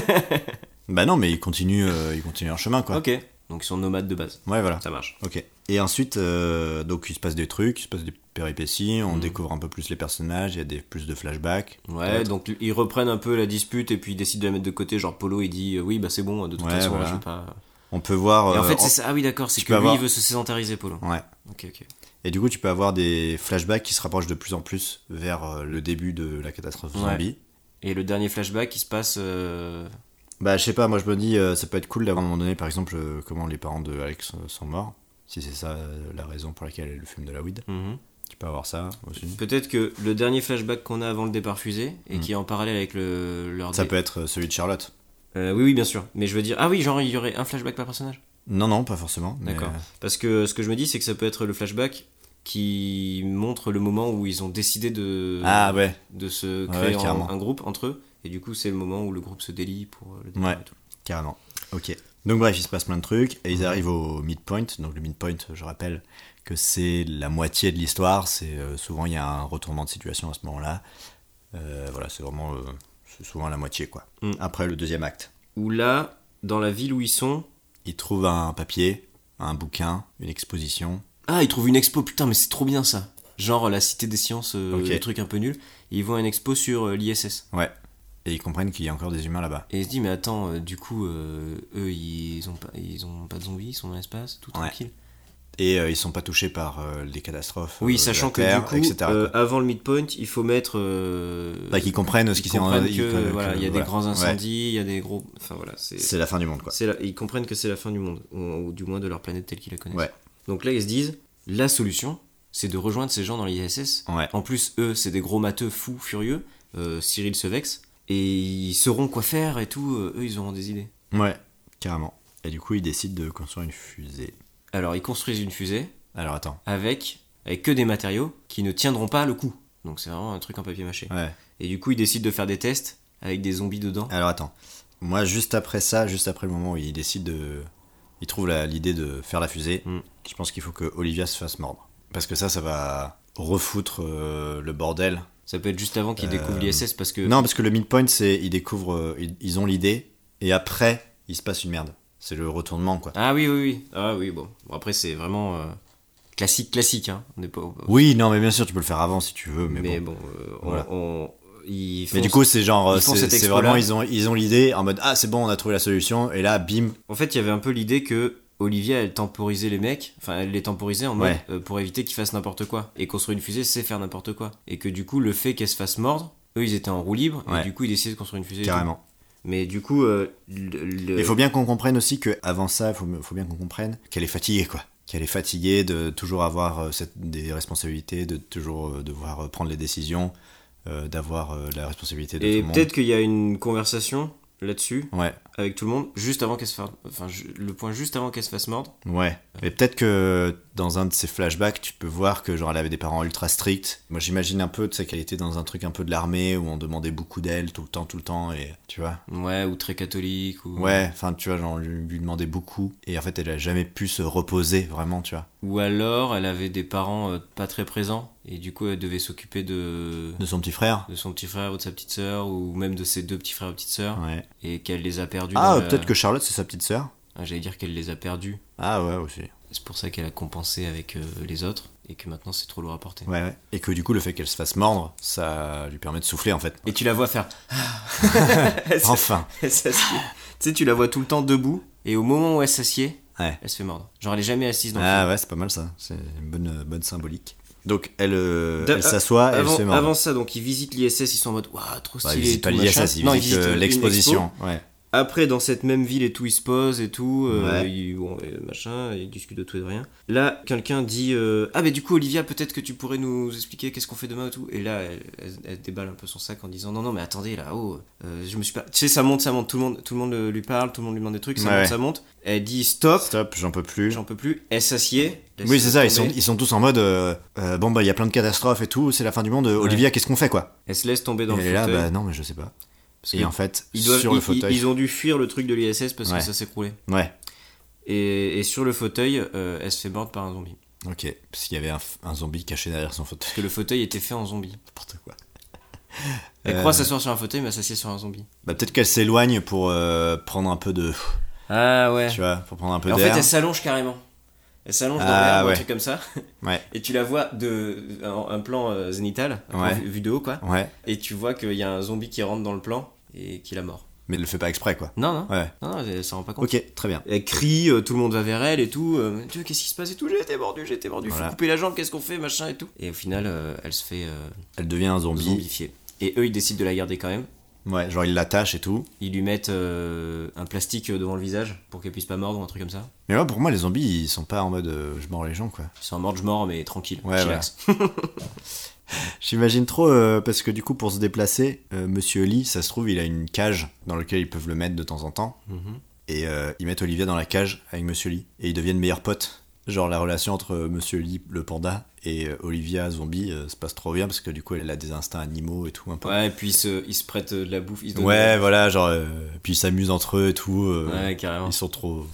Bah non, mais ils continuent leur chemin, quoi. Ok, donc ils sont nomades de base. Ouais, voilà. Ça marche. Ok. Et ensuite, donc il se passe des trucs, il se passe des péripéties, on découvre un peu plus les personnages, il y a plus de flashbacks. Ouais, donc ils reprennent un peu la dispute, et puis ils décident de la mettre de côté, genre Polo il dit oui, bah c'est bon, de toute façon, voilà. je vais pas... On peut voir... Et en fait, c'est ça, ah oui d'accord, c'est que lui il veut se sédentariser, Polo. Ouais. Ok. Et du coup, tu peux avoir des flashbacks qui se rapprochent de plus en plus vers le début de la catastrophe zombie. Et le dernier flashback, il se passe... Bah, je sais pas, moi je me dis, ça peut être cool d'avoir à un moment donné, par exemple, comment les parents de Alex sont morts. Si c'est ça la raison pour laquelle le film de la weed. Tu peux avoir ça aussi. Peut-être que le dernier flashback qu'on a avant le départ fusée, et qui est en parallèle avec leur... Ça peut être celui de Charlotte. Oui, bien sûr. Mais je veux dire... Ah oui, genre il y aurait un flashback par personnage ? Non, pas forcément. D'accord. Mais... Parce que ce que je me dis, c'est que ça peut être le flashback qui montre le moment où ils ont décidé de se créer un groupe entre eux. Et du coup, c'est le moment où le groupe se délie pour le départ et tout. Carrément. Ok. Donc bref, il se passe plein de trucs, et ils arrivent au midpoint. Donc le midpoint, je rappelle que c'est la moitié de l'histoire. C'est souvent, il y a un retournement de situation à ce moment-là. Voilà, c'est vraiment... c'est souvent la moitié, quoi. Après le deuxième acte. Où là, dans la ville où ils sont... Ils trouvent un papier, un bouquin, une exposition. Ah, ils trouvent une expo, putain, mais c'est trop bien ça. Genre la Cité des Sciences, le truc un peu nul. Et ils voient une expo sur l'ISS. Ouais. Et ils comprennent qu'il y a encore des humains là-bas. Et ils se disent, mais attends, du coup, eux, ils ont pas de zombies, ils sont dans l'espace, tout tranquille. Et ils sont pas touchés par les catastrophes. Oui, sachant que terre, du coup, etc., avant le midpoint, il faut mettre... qu'ils comprennent ce qui s'est en train de... Voilà, il y a des grands incendies, il y a des gros... Enfin voilà, c'est la fin du monde, quoi. Ils comprennent que c'est la fin du monde, ou du moins de leur planète telle qu'ils la connaissent. Ouais. Donc là, ils se disent, la solution, c'est de rejoindre ces gens dans l'ISS. Ouais. En plus, eux, c'est des gros matheux fous, furieux. Cyril se vexe. Et ils sauront quoi faire et tout. Eux, ils auront des idées. Ouais, carrément. Et du coup, ils décident de construire une fusée. Alors, ils construisent une fusée. Alors, attends. Avec que des matériaux qui ne tiendront pas le coup. Donc, c'est vraiment un truc en papier mâché. Ouais. Et du coup, ils décident de faire des tests avec des zombies dedans. Alors, attends. Moi, juste après le moment où ils décident de... Ils trouvent l'idée de faire la fusée, je pense qu'il faut que Olivia se fasse mordre. Parce que ça va refoutre le bordel. Ça peut être juste avant qu'ils découvrent l'ISS parce que... Non, parce que le midpoint, c'est ils découvrent... ils ont l'idée, et après, il se passe une merde. C'est le retournement, quoi. Ah oui. Ah oui, bon. Après, c'est vraiment classique, hein. On n'est pas... Oui, non, mais bien sûr, tu peux le faire avant si tu veux, mais bon. Voilà. Mais du coup, c'est genre... C'est vraiment, ils ont l'idée en mode, ah, c'est bon, on a trouvé la solution, et là, bim. En fait, il y avait un peu l'idée que Olivia, elle temporisait les mecs, enfin elle les temporisait en mode pour éviter qu'ils fassent n'importe quoi. Et construire une fusée, c'est faire n'importe quoi. Et que du coup, le fait qu'elle se fasse mordre, eux ils étaient en roue libre, et du coup ils décidaient de construire une fusée. Carrément. Mais du coup, il faut bien qu'on comprenne aussi qu'avant ça, il faut bien qu'on comprenne qu'elle est fatiguée, quoi. Qu'elle est fatiguée de toujours avoir des responsabilités, de toujours devoir prendre les décisions. d'avoir la responsabilité de Et tout le monde. peut-être qu'il y a une conversation là-dessus Ouais, avec tout le monde juste avant qu'elle se fasse, le point juste avant qu'elle se fasse mordre. ouais. Et peut-être que dans un de ces flashbacks, tu peux voir que genre elle avait des parents ultra stricts. Moi j'imagine un peu, tu sais, qu'elle était dans un truc un peu de l'armée où on demandait beaucoup d'elle tout le temps, et tu vois. Ouais, ou très catholique. Ou... Ouais, enfin tu vois, genre on lui demandait beaucoup, et en fait elle a jamais pu se reposer vraiment, tu vois. Ou alors elle avait des parents pas très présents et du coup elle devait s'occuper de De son petit frère. son petit frère ou de sa petite sœur ou même de ses deux petits frères ou petites sœurs Ouais. et qu'elle les a perdus. Ah, dans la- peut-être que Charlotte c'est sa petite sœur. Ah, j'allais dire qu'elle les a perdus. Ah ouais, aussi. C'est pour ça qu'elle a compensé avec les autres et que maintenant c'est trop lourd à porter. Ouais, ouais. Et que du coup le fait qu'elle se fasse mordre, ça lui permet de souffler en fait. Et tu la vois faire. Enfin. Elle s'assied. Tu sais, tu la vois tout le temps debout et au moment où elle s'assied, Ouais. elle se fait mordre. Genre elle est jamais assise dans le Ah film. ouais, c'est pas mal ça. C'est une bonne symbolique. Donc elle, Da- elle s'assoit et elle se fait mordre. Avant ça, donc ils visitent l'ISS, ils sont en mode waouh, trop Bah, stylé. il et visite tout, pas machin. l'ISS, il Non, visite une l'exposition. expo. Ouais. Après, dans cette même ville et tout, ils se posent et tout, Ouais. machin, ils discutent de tout et de rien. Là, quelqu'un dit ah, mais du coup, Olivia, peut-être que tu pourrais nous expliquer qu'est-ce qu'on fait demain et tout. Et là, elle déballe un peu son sac en disant non, non, mais attendez, là, je me suis pas. Tu sais, ça monte, tout le monde lui parle, tout le monde lui demande des trucs, ça Ouais. monte, ça monte. Elle dit stop, Stop, j'en peux plus. j'en peux plus. Elle s'assied. Oui, c'est ça, tomber. ils sont tous en mode bon, bah, il y a plein de catastrophes et tout, c'est la fin du monde. Olivia, qu'est-ce qu'on fait, quoi? Elle se laisse tomber Et dans le elle est là, fauteuil. bah, non, mais je sais pas. Parce Et que en fait, ils doivent- sur le ils- fauteuil. Ils ont dû fuir le truc de l'ISS parce Ouais. que ça s'écroulait. Ouais, Et sur le fauteuil, elle se fait mordre par un zombie. ok. Parce qu'il y avait un zombie caché derrière son fauteuil. Parce que le fauteuil était fait en zombie. N'importe quoi. Elle croit s'asseoir sur un fauteuil, mais elle s'assied sur un zombie. Bah, peut-être qu'elle s'éloigne pour prendre un peu de. Ah ouais. Tu vois, pour prendre un peu Et en fait, d'air. elle s'allonge carrément. Elle s'allonge dans Ah, l'air, ou ouais. un truc comme ça. Ouais, Et tu la vois un plan zénital, Ouais. vu de haut quoi. ouais. Et tu vois qu'il y a un zombie qui rentre dans le plan et qui la mord. Mais elle le fait pas exprès, quoi. Non, non. Ouais. Non, non, elle s'en rend pas compte. Ok, très bien. Elle crie, tout le monde va vers elle et tout. Tu vois, qu'est-ce qui se passe et tout? J'ai été mordu, Voilà. faut couper la jambe, qu'est-ce qu'on fait, machin et tout. Et au final, elle se fait Elle devient un zombie. zombifier. Et eux, ils décident de la garder quand même. Ouais, genre ils l'attachent et tout. Ils lui mettent un plastique devant le visage pour qu'elle puisse pas mordre ou un truc comme ça. Mais moi, pour moi, les zombies, ils sont pas en mode je mords les gens, quoi. Ils sont en mort, je mords, mais tranquille, Ouais, chillax. J'imagine trop, parce que du coup, pour se déplacer, Monsieur Lee, ça se trouve, il a une cage dans laquelle ils peuvent le mettre de temps en temps. Mhm. Et ils mettent Olivia dans la cage avec Monsieur Lee. Et ils deviennent meilleurs potes. Genre la relation entre Monsieur Lee, le panda, et Olivia, zombie, se passe trop bien parce que du coup, elle a des instincts animaux et tout, un peu. Ouais, et puis ils se prêtent de la bouffe. Ils se donnent Ouais, voilà, genre, puis ils s'amusent entre eux et tout. Ouais, carrément. Ils sont trop.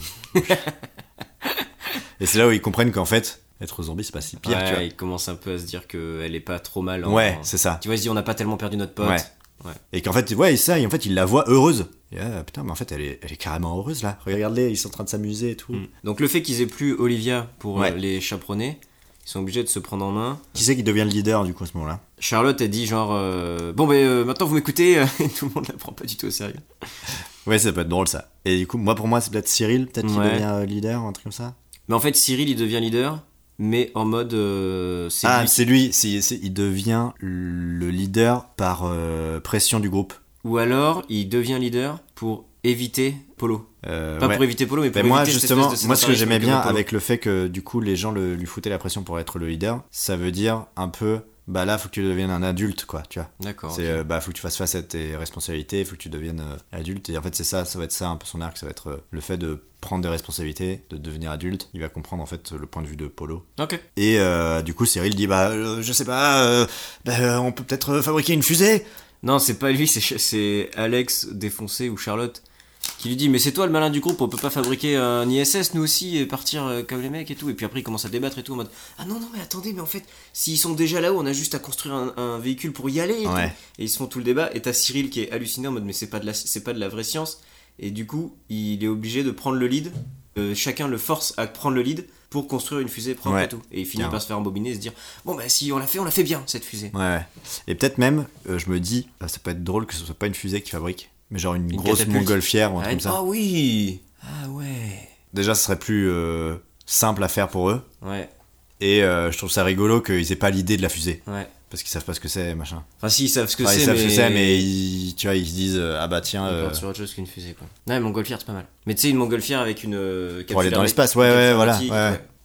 Et c'est là où ils comprennent qu'en fait, être zombie, c'est pas si pire, Ouais, tu vois. ils commencent un peu à se dire qu'elle est pas trop mal. Ouais, c'est ça. Tu vois, ils se disent on n'a pas tellement perdu notre pote. Ouais. Et qu'en fait, ouais, ça, et en fait, il la voit heureuse. Et putain, mais en fait, elle est carrément heureuse là. Regarde-les, ils sont en train de s'amuser et tout. Mm. Donc le fait qu'ils aient plus Olivia pour Ouais. les chaperonner, ils sont obligés de se prendre en main. Qui c'est qui devient le leader du coup à ce moment-là? Charlotte, elle dit genre bon ben maintenant vous m'écoutez et tout le monde la prend pas du tout au sérieux. Ouais, ça peut être drôle ça. Et du coup, moi pour moi, c'est peut-être Cyril, peut-être qui Ouais. devient leader, un truc comme ça. Mais en fait Cyril il devient leader, mais en mode c'est Ah, lui. c'est lui, il devient le leader par pression du groupe. Ou alors il devient leader pour éviter Polo. Pas Ouais. pour éviter Polo, mais pour Ben moi éviter cette justement, espèce de moi ce que sédentarisme j'aimais bien Polo. avec le fait que du coup les gens lui foutaient la pression pour être le leader, ça veut dire un peu bah là faut que tu deviennes un adulte quoi, tu vois. D'accord. C'est ok. bah faut que tu fasses face à tes responsabilités, faut que tu deviennes adulte et en fait c'est ça va être ça un peu son arc, ça va être le fait de prendre des responsabilités, de devenir adulte. Il va comprendre en fait le point de vue de Polo. Ok. Et du coup Cyril dit bah je sais pas, on peut peut-être fabriquer une fusée. Non, c'est pas lui, c'est Alex défoncé ou Charlotte qui lui dit mais c'est toi le malin du groupe, on peut pas fabriquer un ISS nous aussi et partir comme les mecs et tout. Et puis après ils commencent à débattre et tout en mode ah non non mais attendez mais en fait s'ils sont déjà là-haut on a juste à construire un véhicule pour y aller et, Ouais. tout. Et ils se font tout le débat et t'as Cyril qui est halluciné en mode mais c'est pas de la vraie science et du coup il est obligé de prendre le lead. Chacun le force à prendre le lead pour construire une fusée propre Ouais. et tout. Et il finit Bien. par se faire embobiner et se dire bon bah si on l'a fait bien cette fusée. Ouais. Et peut-être même je me dis ça peut être drôle que ce soit pas une fusée qui fabrique, mais genre une grosse catapulte. montgolfière ou un truc comme ça. Ah oui. Ah ouais. Déjà ce serait plus simple à faire pour eux. Ouais. Et je trouve ça rigolo qu'ils aient pas l'idée de la fusée. Ouais. Parce qu'ils savent pas ce que c'est, machin. Enfin, si, ils savent ce que Enfin, c'est, ils savent mais... ce que c'est, mais tu vois, ils se disent ah bah tiens, Ils partent sur autre chose qu'une fusée, quoi. Ouais, montgolfière, c'est pas mal. Mais tu sais, une montgolfière avec une capsule pour aller dans hermétique- l'espace, ouais, une ouais, capsule voilà. hermétique, Ouais.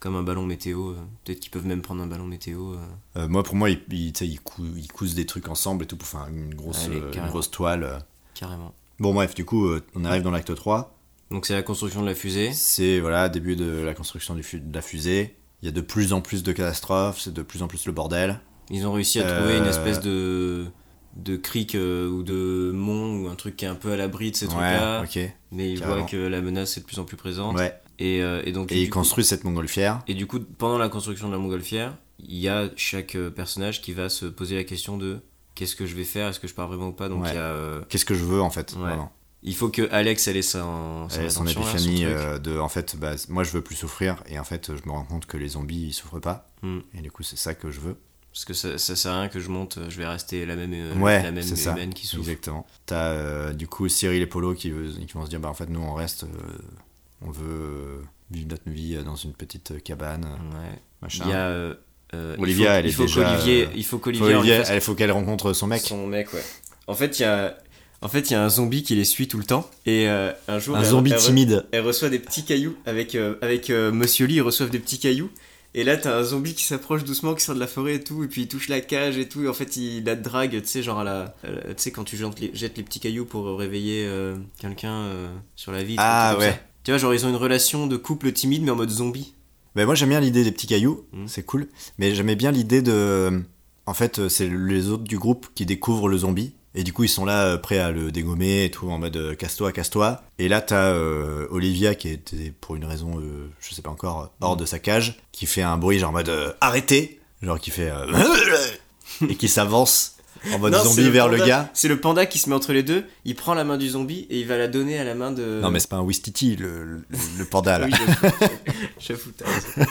comme un ballon météo. Peut-être qu'ils peuvent même prendre un ballon météo. Moi, pour moi, ils cousent des trucs ensemble et tout pour faire une grosse toile. Carrément. Bon, bref, du coup, on arrive dans l'acte 3. Donc c'est la construction de la fusée. C'est, voilà, début de la construction de la fusée. Il y a de plus en plus de catastrophes, c'est de plus en plus le bordel. Ils ont réussi à trouver une espèce de crique ou de mont ou un truc qui est un peu à l'abri de ces trucs-là. Ok. Mais ils voient que la menace est de plus en plus présente. Ouais. Et donc, ils construisent cette montgolfière. Et du coup, pendant la construction de la montgolfière, il y a chaque personnage qui va se poser la question de qu'est-ce que je vais faire, est-ce que je pars vraiment ou pas. Donc il y a, qu'est-ce que je veux en fait. Ouais. Il faut que Alex ait son épiphanie de en fait moi je veux plus souffrir et en fait je me rends compte que les zombies ils souffrent pas et du coup c'est ça que je veux. Parce que ça sert à rien que je monte, je vais rester la même humaine qui souffre. Exactement. T'as du coup Cyril et Polo qui vont se dire en fait nous on reste, on veut vivre notre vie dans une petite cabane. Ouais. Machin. Il y a Olivia, il faut qu'elle rencontre son mec. Son mec, ouais. En fait, il y a un zombie qui les suit tout le temps. Et un jour, zombie timide. Elle reçoit des petits cailloux. Avec Monsieur Lee, ils reçoivent des petits cailloux. Et là, t'as un zombie qui s'approche doucement, qui sort de la forêt et tout. Et puis il touche la cage et tout. Et en fait, il la drague, tu sais, genre tu sais, quand tu jettes les petits cailloux pour réveiller quelqu'un sur la vitre. Ah ouais. Tu vois, genre ils ont une relation de couple timide, mais en mode zombie. Ben moi j'aime bien l'idée des petits cailloux, c'est cool. Mais j'aimais bien l'idée de... En fait, c'est les autres du groupe qui découvrent le zombie. Et du coup, ils sont là, prêts à le dégommer et tout, en mode casse-toi, casse-toi. Et là, t'as Olivia qui était, pour une raison, je sais pas encore, hors de sa cage, qui fait un bruit genre en mode arrêtez, genre qui fait et qui s'avance en mode zombie vers le gars. C'est le panda qui se met entre les deux, il prend la main du zombie et il va la donner à la main de... Non, mais c'est pas un Wistiti, le panda là. Oui, j'avoue, t'as raison.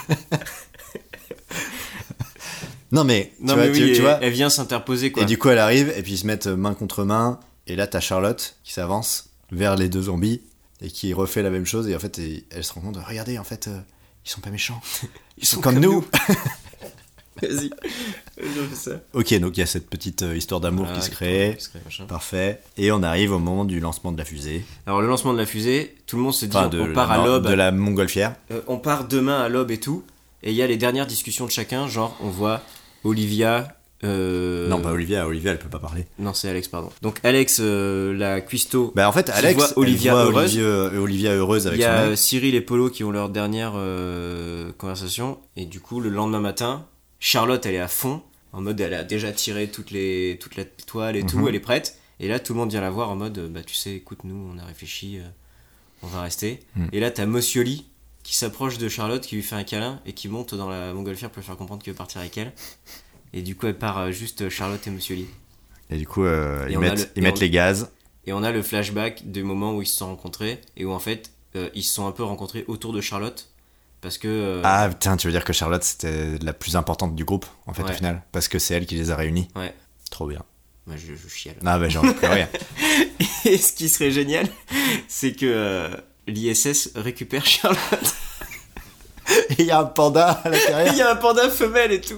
Non mais tu vois, elle vient s'interposer quoi. Et du coup elle arrive et puis ils se mettent main contre main et là t'as Charlotte qui s'avance vers les deux zombies et qui refait la même chose et en fait elle se rend compte regardez en fait ils sont pas méchants, ils sont comme nous. Vas-y, je fais ça. Ok, donc il y a cette petite histoire d'amour qui se crée, parfait, et on arrive au moment du lancement de la fusée. Alors le lancement de la fusée, tout le monde se dit on part à l'aube de la montgolfière. On part demain à l'aube et tout, et il y a les dernières discussions de chacun, genre on voit Olivia... Non, pas Olivia elle peut pas parler. Non, c'est Alex, pardon. Donc Alex, la cuistot... Bah en fait, Alex voit Olivia heureuse. Olivia heureuse avec son mec. Il y a Cyril et Polo qui ont leur dernière conversation, et du coup, le lendemain matin, Charlotte, elle est à fond, en mode, elle a déjà tiré toute la toile et tout, elle est prête, et là, tout le monde vient la voir en mode, bah tu sais, écoute, nous, on a réfléchi, on va rester. Et là, t'as Monsieur Lee qui s'approche de Charlotte, qui lui fait un câlin, et qui monte dans la montgolfière pour lui faire comprendre qu'il veut partir avec elle. Et du coup, elle part juste Charlotte et Monsieur Lee. Et du coup, ils mettent les gaz. Et on a le flashback du moment où ils se sont rencontrés, et où en fait, ils se sont un peu rencontrés autour de Charlotte, parce que... Ah putain, tu veux dire que Charlotte, c'était la plus importante du groupe, en fait, au final, parce que c'est elle qui les a réunis. Ouais. Trop bien. Moi, je chiale. Ah bah j'en peux rien. Et ce qui serait génial, c'est que l'ISS récupère Charlotte. Et il y a un panda à l'intérieur. Il y a un panda femelle et tout.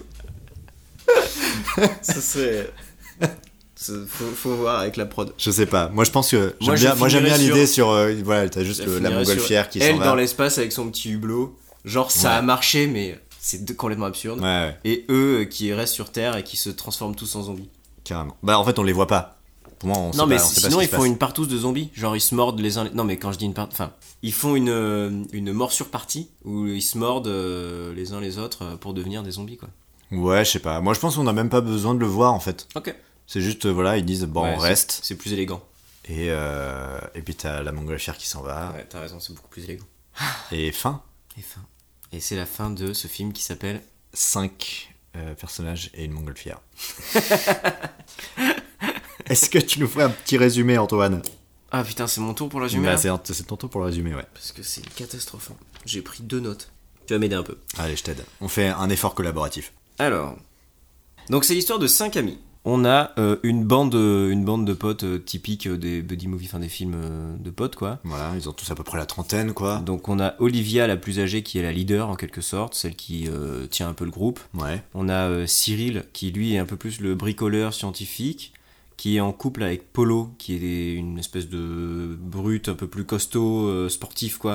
Ça serait... Faut voir avec la prod. Je sais pas. Moi je pense que j'aime bien l'idée sur voilà, t'as juste la montgolfière qui s'en va. Elle dans l'espace avec son petit hublot. Genre ça a marché mais c'est complètement absurde. Ouais. Et eux qui restent sur Terre et qui se transforment tous en zombies. Carrément. Bah en fait on les voit pas. Pour moi on sait non mais pas, sinon ils font une partouze de zombies. Genre ils se mordent les uns. Non mais quand je dis une partouze, enfin ils font une morsure partie où ils se mordent les uns les autres pour devenir des zombies quoi. Ouais, je sais pas. Moi je pense qu'on a même pas besoin de le voir en fait. Ok. C'est juste voilà, ils disent bon on reste. C'est plus élégant. Et puis t'as la montgolfière qui s'en va. Ouais, t'as raison, c'est beaucoup plus élégant. Et fin. Et c'est la fin de ce film qui s'appelle 5 personnages et une montgolfière. Est-ce que tu nous ferais un petit résumé, Antoine? Ah putain, c'est mon tour pour le résumé. Bah, c'est ton tour pour le résumé, ouais. Parce que c'est une catastrophe. Hein. J'ai pris 2 notes. Tu vas m'aider un peu. Allez, je t'aide. On fait un effort collaboratif. Alors, donc c'est l'histoire de 5 amis. On a une bande de potes typiques des buddy movies, enfin des films de potes quoi. Voilà, ils ont tous à peu près la trentaine quoi. Donc on a Olivia la plus âgée qui est la leader en quelque sorte, celle qui tient un peu le groupe. Ouais. On a Cyril qui lui est un peu plus le bricoleur scientifique, qui est en couple avec Polo qui est une espèce de brute un peu plus costaud, sportif quoi.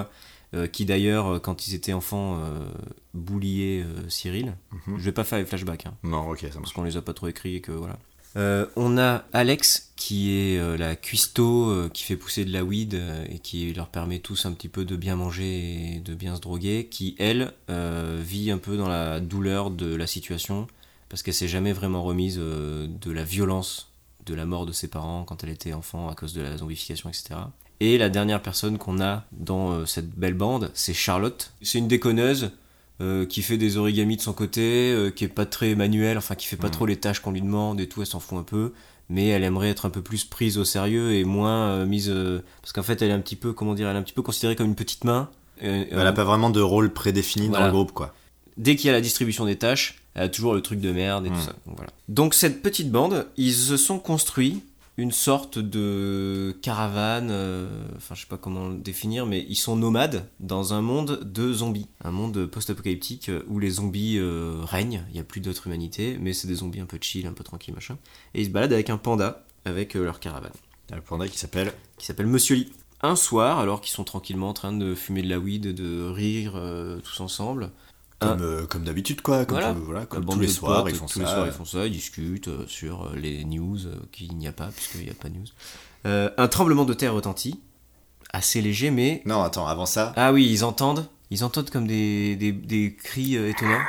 qui d'ailleurs, quand ils étaient enfants, bouliaient Cyril. Je vais pas faire les flashbacks, hein, Non, ok, ça parce marche. qu'on les a pas trop écrits et que voilà. On a Alex qui est la cuistot qui fait pousser de la weed et qui leur permet tous un petit peu de bien manger et de bien se droguer, qui elle vit un peu dans la douleur de la situation parce qu'elle s'est jamais vraiment remise de la violence de la mort de ses parents quand elle était enfant à cause de la zombification, etc. Et la dernière personne qu'on a dans cette belle bande, c'est Charlotte. C'est une déconneuse qui fait des origamis de son côté, qui est pas très manuelle, enfin qui fait pas trop les tâches qu'on lui demande et tout, elle s'en fout un peu, mais elle aimerait être un peu plus prise au sérieux et moins mise... parce qu'en fait elle est un petit peu, comment dire, elle est un petit peu considérée comme une petite main. Elle a pas vraiment de rôle prédéfini dans Voilà. le groupe, quoi. Dès qu'il y a la distribution des tâches, elle a toujours le truc de merde et tout ça. Donc, voilà. Donc cette petite bande, ils se sont construits une sorte de caravane, enfin je sais pas comment le définir, mais ils sont nomades dans un monde de zombies. Un monde post-apocalyptique où les zombies règnent, il n'y a plus d'autre humanité, mais c'est des zombies un peu chill, un peu tranquille, machin. Et ils se baladent avec un panda, avec leur caravane. Il y a le panda qui s'appelle... Qui s'appelle Monsieur Lee. Un soir, alors qu'ils sont tranquillement en train de fumer de la weed, de rire tous ensemble... Comme d'habitude, quoi. Comme, comme tous les soirs, ils font ça. Tous les soirs, ils font ça, ils discutent sur les news qu'il n'y a pas, puisqu'il n'y a pas de news. Un tremblement de terre retentit, assez léger, mais... Non, attends, avant ça... Ah oui, ils entendent comme des cris étonnants.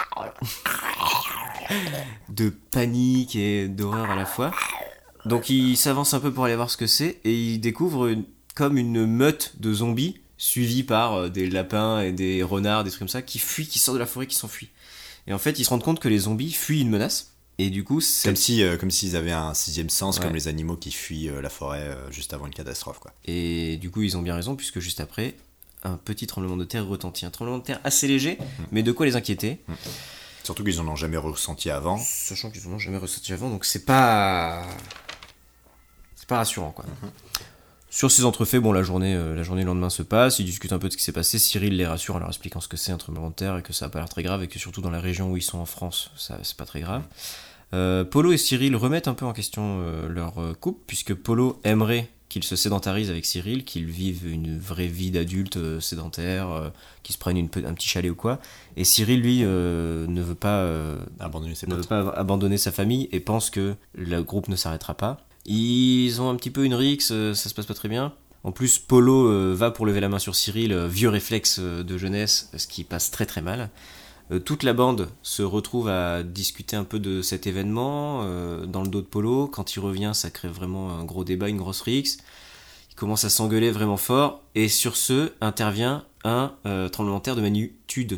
De panique et d'horreur à la fois. Donc ils s'avancent un peu pour aller voir ce que c'est, et ils découvrent comme une meute de zombies, suivis par des lapins et des renards, des trucs comme ça, qui fuient, qui sortent de la forêt, qui s'enfuient. Et en fait, ils se rendent compte que les zombies fuient une menace, et du coup, c'est... Comme s'ils avaient un sixième sens, Ouais. comme les animaux qui fuient la forêt juste avant une catastrophe, quoi. Et du coup, ils ont bien raison, puisque juste après, un petit tremblement de terre retentit. Un tremblement de terre assez léger, mais de quoi les inquiéter. Surtout qu'ils en ont jamais ressenti avant. Sachant qu'ils en ont jamais ressenti avant, donc c'est pas rassurant, quoi. Sur ces entrefaits, bon, la journée le lendemain se passe, ils discutent un peu de ce qui s'est passé, Cyril les rassure en leur expliquant ce que c'est un tremblement de terre et que ça a pas l'air très grave et que surtout dans la région où ils sont en France, ça c'est pas très grave. Polo et Cyril remettent un peu en question leur couple, puisque Polo aimerait qu'ils se sédentarisent avec Cyril, qu'ils vivent une vraie vie d'adulte sédentaire, qu'ils se prennent un petit chalet ou quoi, et Cyril lui ne veut pas Abandonner ses ne veut potes. pas abandonner sa famille et pense que le groupe ne s'arrêtera pas. Ils ont un petit peu une rixe, ça se passe pas très bien. En plus, Polo va pour lever la main sur Cyril, vieux réflexe de jeunesse, ce qui passe très très mal. Toute la bande se retrouve à discuter un peu de cet événement dans le dos de Polo. Quand il revient, ça crée vraiment un gros débat, une grosse rixe. Ils commencent à s'engueuler vraiment fort. Et sur ce, intervient un tremblement de terre de magnitude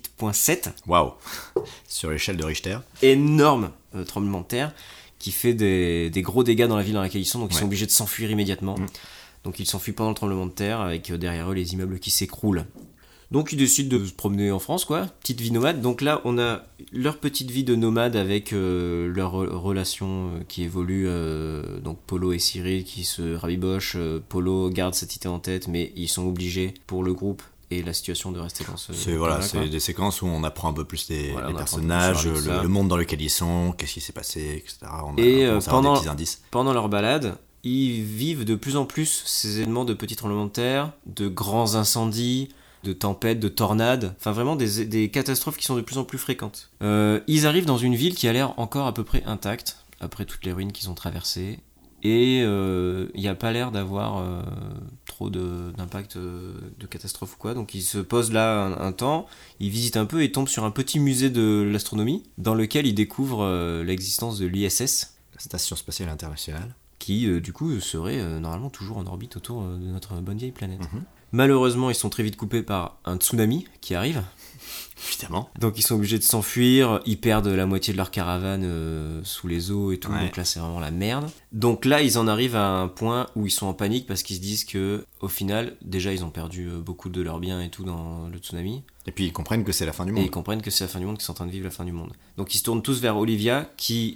8.7. Waouh. Sur l'échelle de Richter. Énorme tremblement de terre qui fait des gros dégâts dans la ville dans laquelle ils sont. Donc ils sont obligés de s'enfuir immédiatement. Donc ils s'enfuient pendant le tremblement de terre avec derrière eux les immeubles qui s'écroulent. Donc ils décident de se promener en France, quoi. Petite vie nomade. Donc là, on a leur petite vie de nomade avec leur relation qui évolue. Donc Polo et Cyril qui se rabibochent. Polo garde cette idée en tête, mais ils sont obligés pour le groupe et la situation de rester dans ce... C'est quoi. des séquences où on apprend un peu plus les On apprend personnages, plus sur le monde dans lequel ils sont, qu'est-ce qui s'est passé, etc. On Et commence à avoir pendant- des petits indices. Pendant leur balade, ils vivent de plus en plus ces événements de petits tremblements de terre, de grands incendies, de tempêtes, de tornades, enfin vraiment des catastrophes qui sont de plus en plus fréquentes. Ils arrivent dans une ville qui a l'air encore à peu près intacte, après toutes les ruines qu'ils ont traversées, et il n'y a pas l'air d'avoir trop d'impact de catastrophe ou quoi, donc ils se posent là un temps, ils visitent un peu et tombent sur un petit musée de l'astronomie, dans lequel ils découvrent l'existence de l'ISS, La Station Spatiale Internationale. qui du coup serait normalement toujours en orbite autour de notre bonne vieille planète. Malheureusement, ils sont très vite coupés par un tsunami qui arrive, Évidemment. donc ils sont obligés de s'enfuir, ils perdent la moitié de leur caravane sous les eaux et tout, Ouais. donc là c'est vraiment la merde. Donc là ils en arrivent à un point où ils sont en panique parce qu'ils se disent que au final, déjà ils ont perdu beaucoup de leurs biens et tout dans le tsunami, Et puis ils comprennent que c'est la fin du et monde. ils comprennent que c'est la fin du monde, qu'ils sont en train de vivre la fin du monde. Donc ils se tournent tous vers Olivia qui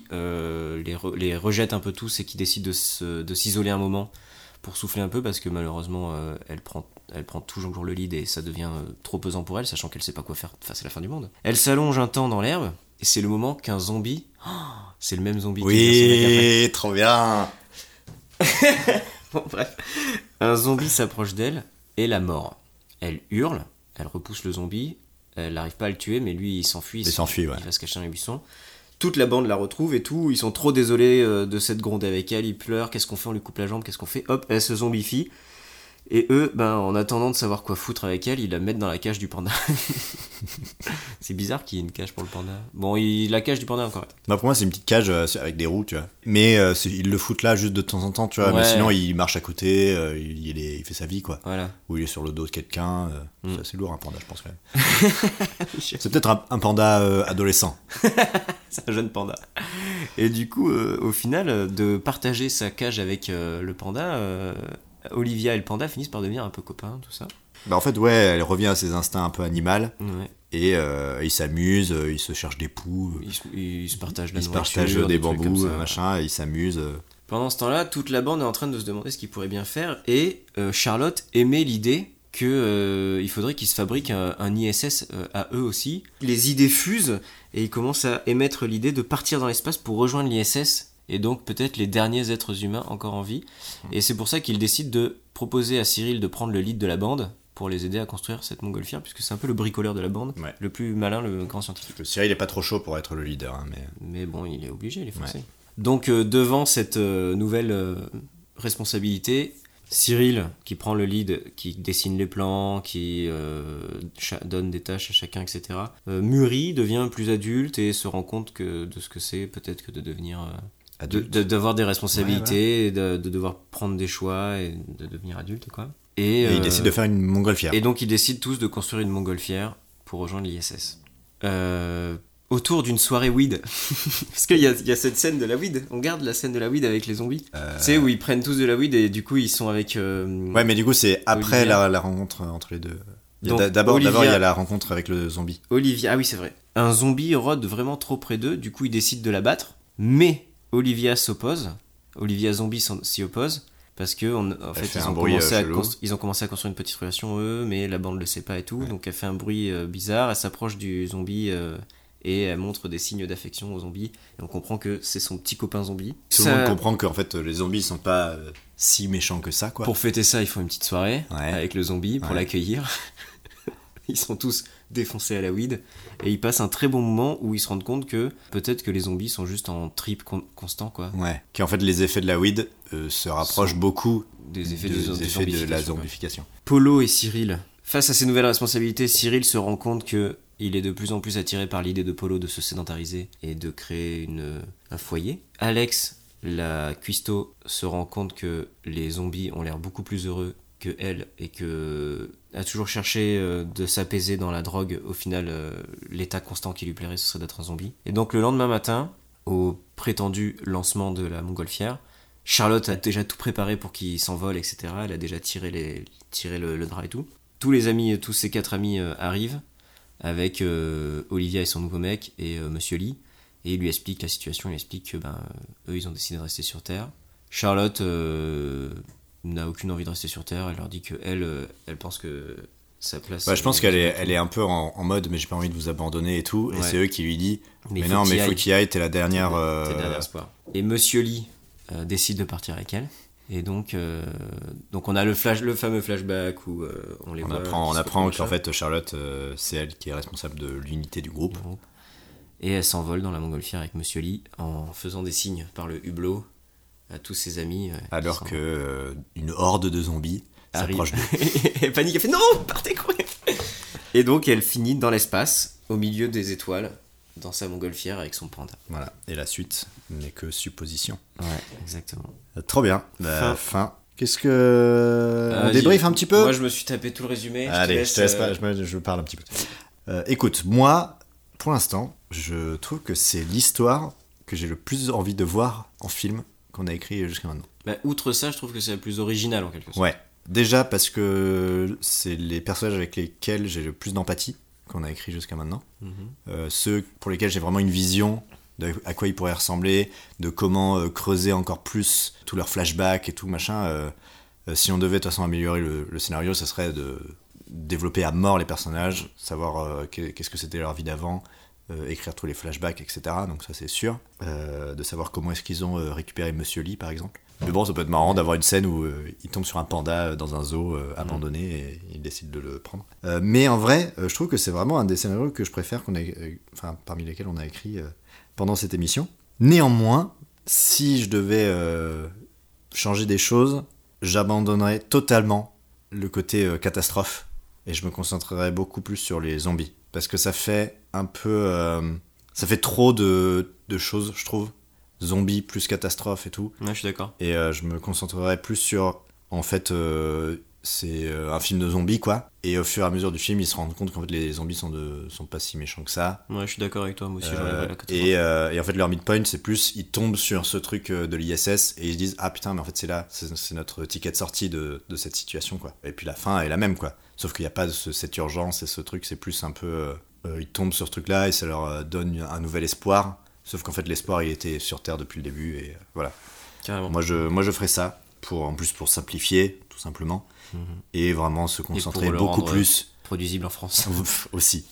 les rejette un peu tous et qui décide de s'isoler un moment pour souffler un peu parce que malheureusement elle prend toujours le lead et ça devient trop pesant pour elle, sachant qu'elle sait pas quoi faire face à la fin du monde. Elle s'allonge un temps dans l'herbe et c'est le moment qu'un zombie, c'est le même zombie qui vient son mec Oui, trop bien. après. Bon, bref, un zombie s'approche d'elle et la mord. elle hurle, elle repousse le zombie, elle n'arrive pas à le tuer, mais lui il s'enfuit, Il s'enfuit, ouais. il va se cacher dans les buissons. Toute la bande la retrouve et tout, ils sont trop désolés de s'être grondés avec elle, ils pleurent, qu'est-ce qu'on fait, on lui coupe la jambe, qu'est-ce qu'on fait, hop, elle se zombifie. Et eux, en attendant de savoir quoi foutre avec elle, ils la mettent dans la cage du panda. C'est bizarre qu'il y ait une cage pour le panda. Bon, la cage du panda est encore. Bah pour moi, c'est une petite cage avec des roues, tu vois. Mais ils le foutent là juste de temps en temps, tu vois. Ouais. Mais sinon, il marche à côté, il fait sa vie, quoi. Voilà. Ou il est sur le dos de quelqu'un. C'est assez lourd, un panda, je pense, quand même. C'est peut-être un panda adolescent. C'est un jeune panda. Et du coup, au final, de partager sa cage avec le panda, Olivia et le panda finissent par devenir un peu copains, tout ça. Bah en fait, ouais, elle revient à ses instincts un peu animal. Ouais. Et ils s'amusent, ils se cherchent des poux. Ils se partagent la Ils se nourriture, partagent des trucs bambous, comme ça. machin, et ils s'amusent. Pendant ce temps-là, toute la bande est en train de se demander ce qu'ils pourraient bien faire. Et Charlotte émet l'idée qu'il faudrait qu'ils se fabriquent un ISS à eux aussi. Les idées fusent et ils commencent à émettre l'idée de partir dans l'espace pour rejoindre l'ISS. Et donc peut-être les derniers êtres humains encore en vie. Et c'est pour ça qu'ils décident de proposer à Cyril de prendre le lead de la bande pour les aider à construire cette montgolfière, puisque c'est un peu le bricoleur de la bande, Ouais. le plus malin, le grand scientifique. Cyril est pas trop chaud pour être le leader, hein, mais... Mais bon, il est obligé, il est forcé. Ouais. Donc devant cette nouvelle responsabilité, Cyril, qui prend le lead, qui dessine les plans, qui donne des tâches à chacun, etc., mûrit, devient plus adulte et se rend compte de ce que c'est peut-être que de devenir... d'avoir des responsabilités, ouais. Et de devoir prendre des choix et de devenir adulte, quoi. Et ils décident de faire une montgolfière. Et donc ils décident tous de construire une montgolfière pour rejoindre l'ISS. Autour d'une soirée weed. Parce qu'il y a cette scène de la weed. On garde la scène de la weed avec les zombies. Tu sais, où ils prennent tous de la weed et du coup ils sont avec... Ouais, mais du coup c'est après Olivia. la rencontre entre les deux. Donc, D'abord, il y Olivia- a la rencontre avec le zombie. Olivia, ah oui c'est vrai. Un zombie rôde vraiment trop près d'eux, du coup ils décident de la battre, mais Olivia s'oppose, Olivia zombie s'y oppose, parce que en fait fait ils un ont, bruit, commencé à chelou. ils ont commencé à construire une petite relation eux, mais la bande le sait pas et tout, donc elle fait un bruit bizarre, elle s'approche du zombie et elle montre des signes d'affection au zombie, et on comprend que c'est son petit copain zombie. Tout le monde comprend qu'en fait les zombies sont pas si méchants que ça, quoi. Pour fêter ça, ils font une petite soirée Ouais. avec le zombie pour Ouais. l'accueillir. Ils sont tous défoncés à la weed et ils passent un très bon moment où ils se rendent compte que peut-être que les zombies sont juste en trip constant, quoi. Ouais. Qui en fait les effets de la weed se rapprochent beaucoup Des effets, des de effets de la zombification, quoi. zombification. Polo et Cyril. Face à ces nouvelles responsabilités, Cyril se rend compte que il est de plus en plus attiré par l'idée de Polo de se sédentariser et de créer un foyer. Alex, la cuistot, se rend compte que les zombies ont l'air beaucoup plus heureux que elle et que a toujours cherché de s'apaiser dans la drogue. Au final, l'état constant qui lui plairait, ce serait d'être un zombie. Et donc le lendemain matin, au prétendu lancement de la montgolfière, Charlotte a déjà tout préparé pour qu'il s'envole, etc. Elle a déjà tiré le drap et tout. Tous ses 4 amis arrivent avec Olivia et son nouveau mec et Monsieur Lee, et il lui explique la situation, il lui explique que eux ils ont décidé de rester sur Terre. Charlotte n'a aucune envie de rester sur Terre, elle leur dit que elle pense que sa place... Bah, je pense qu'elle est un peu en mode mais j'ai pas envie de vous abandonner et tout, et Ouais. c'est eux qui lui disent Mais mais faut non qu'il mais faut aille. qu'il y aille, t'es la dernière... C'est le dernier espoir. Et Monsieur Lee décide de partir avec elle. Et donc on a le fameux flashback où on les On voit. apprend qui se qu'en font fait Charlotte c'est elle qui est responsable de l'unité du groupe. Et elle s'envole dans la montgolfière avec Monsieur Lee en faisant des signes par le hublot à tous ses amis. Alors que une horde de zombies s'approche d'eux. Elle panique, elle fait non, partez, courez. Et donc elle finit dans l'espace, au milieu des étoiles, dans sa montgolfière avec son panda. Voilà. Et la suite n'est que supposition. Ouais, exactement. Trop bien. Fin. Qu'est-ce que... On Vas-y. débrief un petit peu. Moi je me suis tapé tout le résumé. Allez, je te laisse pas, je parle un petit peu. Écoute, moi, pour l'instant, je trouve que c'est l'histoire que j'ai le plus envie de voir en film qu'on a écrit jusqu'à maintenant. Outre ça, je trouve que c'est la plus originale en quelque sorte. Ouais. Déjà parce que c'est les personnages avec lesquels j'ai le plus d'empathie qu'on a écrit jusqu'à maintenant. Ceux pour lesquels j'ai vraiment une vision de à quoi ils pourraient ressembler, de comment creuser encore plus tous leurs flashbacks et tout machin. Si on devait de toute façon améliorer le scénario, ça serait de développer à mort les personnages, savoir qu'est-ce que c'était leur vie d'avant, écrire tous les flashbacks, etc. Donc ça c'est sûr. De savoir comment est-ce qu'ils ont récupéré Monsieur Lee par exemple. Mais bon, ça peut être marrant d'avoir une scène où il tombe sur un panda dans un zoo abandonné et il décide de le prendre. Mais en vrai, je trouve que c'est vraiment un des scénarios que je préfère parmi lesquels on a écrit pendant cette émission. Néanmoins, si je devais changer des choses, j'abandonnerais totalement le côté catastrophe et je me concentrerais beaucoup plus sur les zombies. Parce que ça fait un peu... ça fait trop de choses, je trouve. Zombies plus catastrophe et tout. Ouais, je suis d'accord. Et je me concentrerai plus sur, en fait, c'est un film de zombies, quoi. Et au fur et à mesure du film, ils se rendent compte qu'en fait, les zombies sont pas si méchants que ça. Ouais, je suis d'accord avec toi, moi aussi, j'enlèverais la catastrophe. Et en fait, leur midpoint, c'est plus, ils tombent sur ce truc de l'ISS et ils se disent, ah putain, mais en fait, c'est notre ticket de sortie de cette situation, quoi. Et puis la fin est la même, quoi. Sauf qu'il n'y a pas cette urgence et ce truc, c'est plus un peu... ils tombent sur ce truc-là et ça leur donne un nouvel espoir. Sauf qu'en fait, l'espoir, il était sur Terre depuis le début, et voilà. Carrément. Moi, je ferais ça, en plus pour simplifier, tout simplement, et vraiment se concentrer beaucoup plus... produisible en France. Aussi.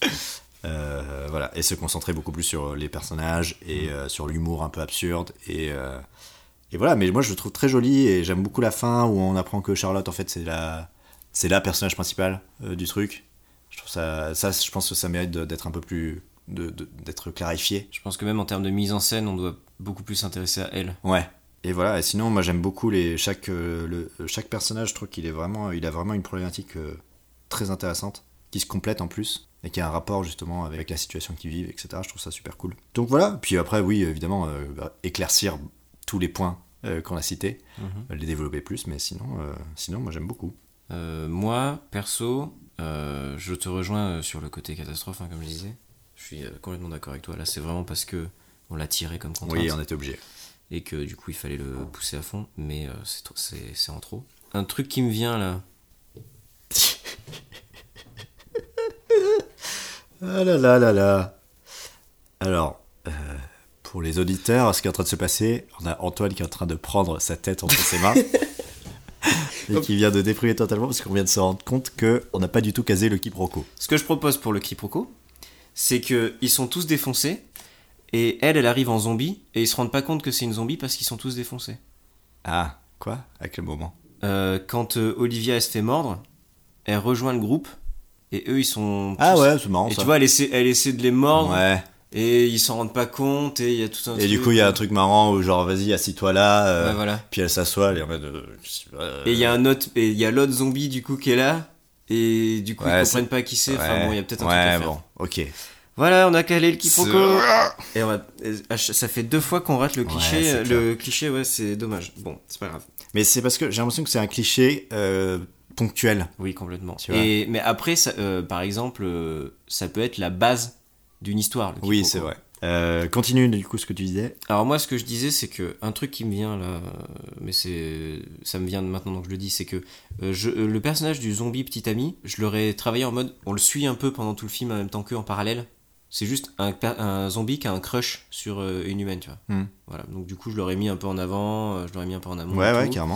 Voilà, et se concentrer beaucoup plus sur les personnages, et sur l'humour un peu absurde, et voilà. Mais moi, je le trouve très joli, et j'aime beaucoup la fin, où on apprend que Charlotte, en fait, c'est la personnage principale du truc. Je trouve ça, je pense que ça mérite d'être un peu plus... d'être clarifié. Je pense que même en termes de mise en scène, on doit beaucoup plus s'intéresser à elle. Ouais. Et voilà. Et sinon, moi j'aime beaucoup chaque personnage. Je trouve il a vraiment une problématique très intéressante, qui se complète en plus et qui a un rapport justement avec la situation qu'ils vivent, etc. Je trouve ça super cool. Donc voilà. Puis après, oui, évidemment, éclaircir tous les points qu'on a cités, les développer plus. Mais sinon, moi j'aime beaucoup. Moi, perso, je te rejoins sur le côté catastrophe, comme je disais. Je suis complètement d'accord avec toi. Là, c'est vraiment parce que on l'a tiré comme contrainte. Oui, on était obligé. Et que du coup, il fallait le pousser à fond. Mais c'est en trop. Un truc qui me vient là. Ah là là là là. Alors, pour les auditeurs, ce qui est en train de se passer, on a Antoine qui est en train de prendre sa tête entre ses mains. Et qui vient de déprimer totalement parce qu'on vient de se rendre compte qu'on n'a pas du tout casé le quiproquo. Ce que je propose pour le quiproquo, c'est qu'ils sont tous défoncés, et elle arrive en zombie, et ils se rendent pas compte que c'est une zombie parce qu'ils sont tous défoncés. Ah, quoi ? À quel moment ? Quand Olivia, elle se fait mordre, elle rejoint le groupe, et eux, ils sont... Ah ouais, c'est marrant, et ça. tu vois, elle essaie de les mordre, ouais. Et ils s'en rendent pas compte, et il y a tout un truc... Et du coup, il y a un truc marrant où genre, vas-y, assis-toi là, ouais, voilà. Puis elle s'assoit, elle est en mode... Et il y a l'autre zombie, du coup, qui est là, et du coup, ils comprennent pas qui c'est, enfin bon, il y a peut-être un truc à faire. Bon, ok. Voilà, on a calé le quiproquo. Et ça fait 2 fois qu'on rate le cliché. Le cliché, ouais, c'est dommage. Bon, c'est pas grave. Mais c'est parce que j'ai l'impression que c'est un cliché ponctuel. Oui, complètement. Tu vois. Mais après, ça, par exemple, ça peut être la base d'une histoire. Oui, c'est vrai. Continue du coup ce que tu disais. Alors moi, ce que je disais, c'est que un truc qui me vient là, mais ça me vient maintenant donc je le dis, c'est que le personnage du zombie petit ami, je l'aurais travaillé en mode, on le suit un peu pendant tout le film en même temps qu'eux en parallèle. C'est juste un zombie qui a un crush sur une humaine, tu vois. Voilà. Donc du coup, je l'aurais mis un peu en avant, je l'aurais mis un peu en amont. Ouais, carrément.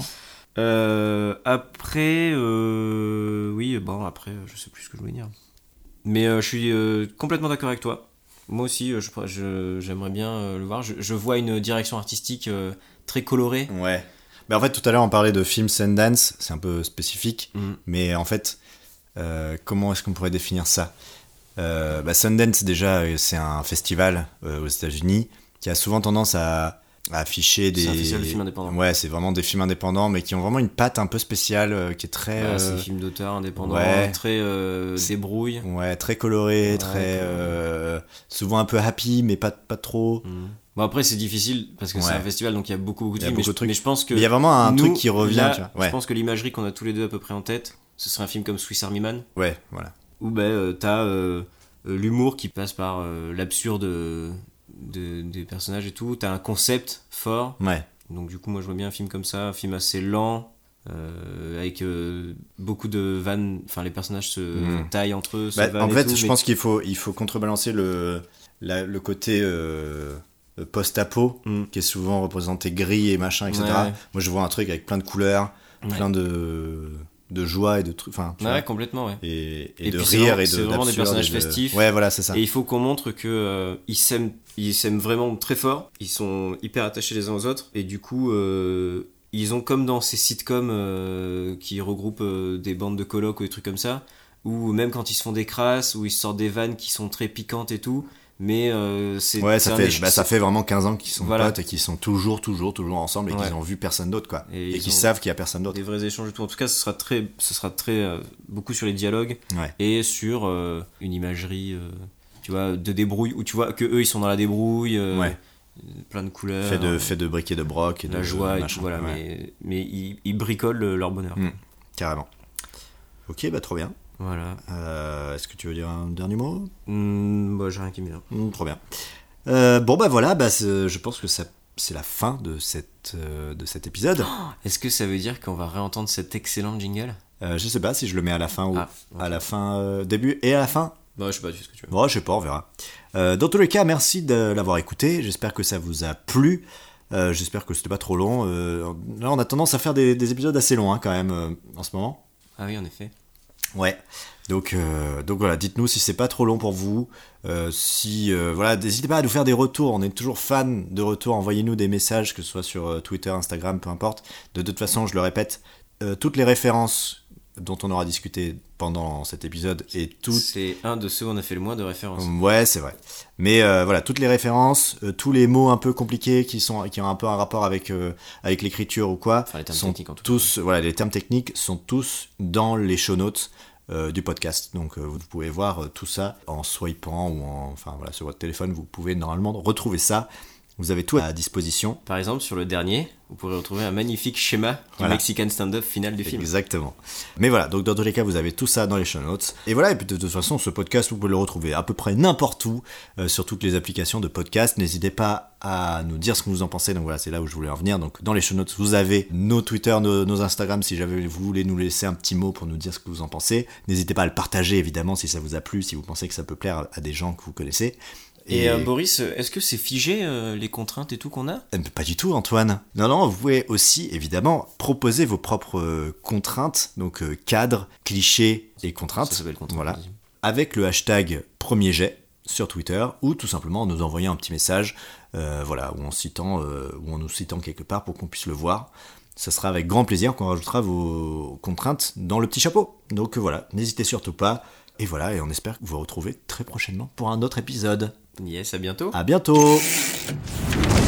Après, oui, bon, après, je sais plus ce que je voulais dire. Mais je suis complètement d'accord avec toi. Moi aussi, j'aimerais bien le voir. Je vois une direction artistique très colorée. Ouais. Mais en fait, tout à l'heure, on parlait de film Sundance. C'est un peu spécifique. Mais en fait, comment est-ce qu'on pourrait définir ça ? Sundance, déjà, c'est un festival aux États-Unis qui a souvent tendance à afficher des... C'est un festival de films indépendants. Ouais, c'est vraiment des films indépendants, mais qui ont vraiment une patte un peu spéciale, qui est très... c'est des films d'auteurs indépendants, très débrouille. Ouais, très coloré, très... souvent un peu happy, mais pas trop. Bon, après, c'est difficile, parce que c'est un festival, donc il y a beaucoup de films, mais je pense que... Il y a vraiment un truc qui revient, là, tu vois. Ouais. Je pense que l'imagerie qu'on a tous les deux à peu près en tête, ce serait un film comme Swiss Army Man. Ouais, voilà. Où t'as l'humour qui passe par l'absurde des personnages et tout, t'as un concept fort. Ouais. Donc du coup, moi je vois bien un film comme ça, un film assez lent, avec beaucoup de vannes, enfin les personnages se taillent entre eux, en fait, je pense qu'il faut contrebalancer le côté post-apo, qui est souvent représenté gris et machin, etc. Ouais. Moi je vois un truc avec plein de couleurs, plein de joie et de trucs, enfin complètement, ouais. et de puis rire et c'est vraiment des personnages festifs. Ouais, voilà, c'est ça. Et il faut qu'on montre que ils s'aiment vraiment très fort, ils sont hyper attachés les uns aux autres, et du coup ils ont comme dans ces sitcoms qui regroupent des bandes de colocs ou des trucs comme ça, ou même quand ils se font des crasses, où ils sortent des vannes qui sont très piquantes et tout, mais c'est... Ouais, c'est ça fait vraiment 15 ans qu'ils sont Voilà. potes et qu'ils sont toujours ensemble et Ouais. qu'ils ont vu personne d'autre, quoi. Et Et ils qu'ils ont savent qu'il y a personne d'autre. des vrais échanges et tout. En tout cas, ce sera très beaucoup sur les dialogues Ouais. et sur une imagerie, tu vois, de débrouille, où tu vois que eux ils sont dans la débrouille, Ouais. plein de couleurs, Fait de briques et de broc et la de joie et machin. tout, voilà. Ouais. Mais ils bricolent leur bonheur. Carrément. Ok, bah trop bien. Voilà. Est-ce que tu veux dire un dernier mot? Bah, j'ai rien qui me vient. Trop bien. Bon bah voilà, je pense que c'est la fin de cet épisode. Est-ce que ça veut dire qu'on va réentendre cet excellent jingle? Je sais pas si je le mets à la fin ou Ah, ok. à la fin, début et à la fin. Bah, je sais pas, tu fais ce que tu veux. Bon, je sais pas, on verra. Dans tous les cas, merci de l'avoir écouté. J'espère que ça vous a plu. J'espère que c'était pas trop long. Là, on a tendance à faire des épisodes assez longs, hein, quand même, en ce moment. Ah oui, en effet. Ouais. Donc voilà, dites-nous si c'est pas trop long pour vous. Voilà, n'hésitez pas à nous faire des retours. On est toujours fans de retours. Envoyez-nous des messages, que ce soit sur Twitter, Instagram, peu importe. De toute façon, je le répète, toutes les références dont on aura discuté pendant cet épisode et toutes... C'est un de ceux où on a fait le moins de références. Ouais, c'est vrai. Mais voilà, toutes les références, tous les mots un peu compliqués qui ont un peu un rapport avec l'écriture ou quoi, Enfin, les termes sont techniques, en tout cas. tous, voilà, les termes techniques sont tous dans les show notes du podcast. Donc vous pouvez voir tout ça en swipant ou enfin voilà, sur votre téléphone, vous pouvez normalement retrouver ça. Vous avez tout à disposition. Par exemple, sur le dernier, vous pourrez retrouver un magnifique schéma du Voilà. Mexican stand-up final du film. Exactement. Mais voilà, donc dans tous les cas, vous avez tout ça dans les show notes. Et voilà, et puis de toute façon, ce podcast, vous pouvez le retrouver à peu près n'importe où, sur toutes les applications de podcast. N'hésitez pas à nous dire ce que vous en pensez. Donc voilà, c'est là où je voulais en venir. Donc dans les show notes, vous avez nos Twitter, nos Instagram, si jamais vous voulez nous laisser un petit mot pour nous dire ce que vous en pensez. N'hésitez pas à le partager, évidemment, si ça vous a plu, si vous pensez que ça peut plaire à des gens que vous connaissez. Et Boris, est-ce que c'est figé les contraintes et tout qu'on a? Pas du tout, Antoine. Non, vous pouvez aussi, évidemment, proposer vos propres contraintes, donc cadres, clichés et contraintes. Ça s'appelle contrainte. Voilà. Vas-y. Avec le hashtag premier jet sur Twitter ou tout simplement en nous envoyant un petit message, voilà, ou en nous citant quelque part pour qu'on puisse le voir. Ça sera avec grand plaisir qu'on rajoutera vos contraintes dans le petit chapeau. Donc voilà, n'hésitez surtout pas. Et voilà, et on espère vous retrouver très prochainement pour un autre épisode. Yes, à bientôt. À bientôt.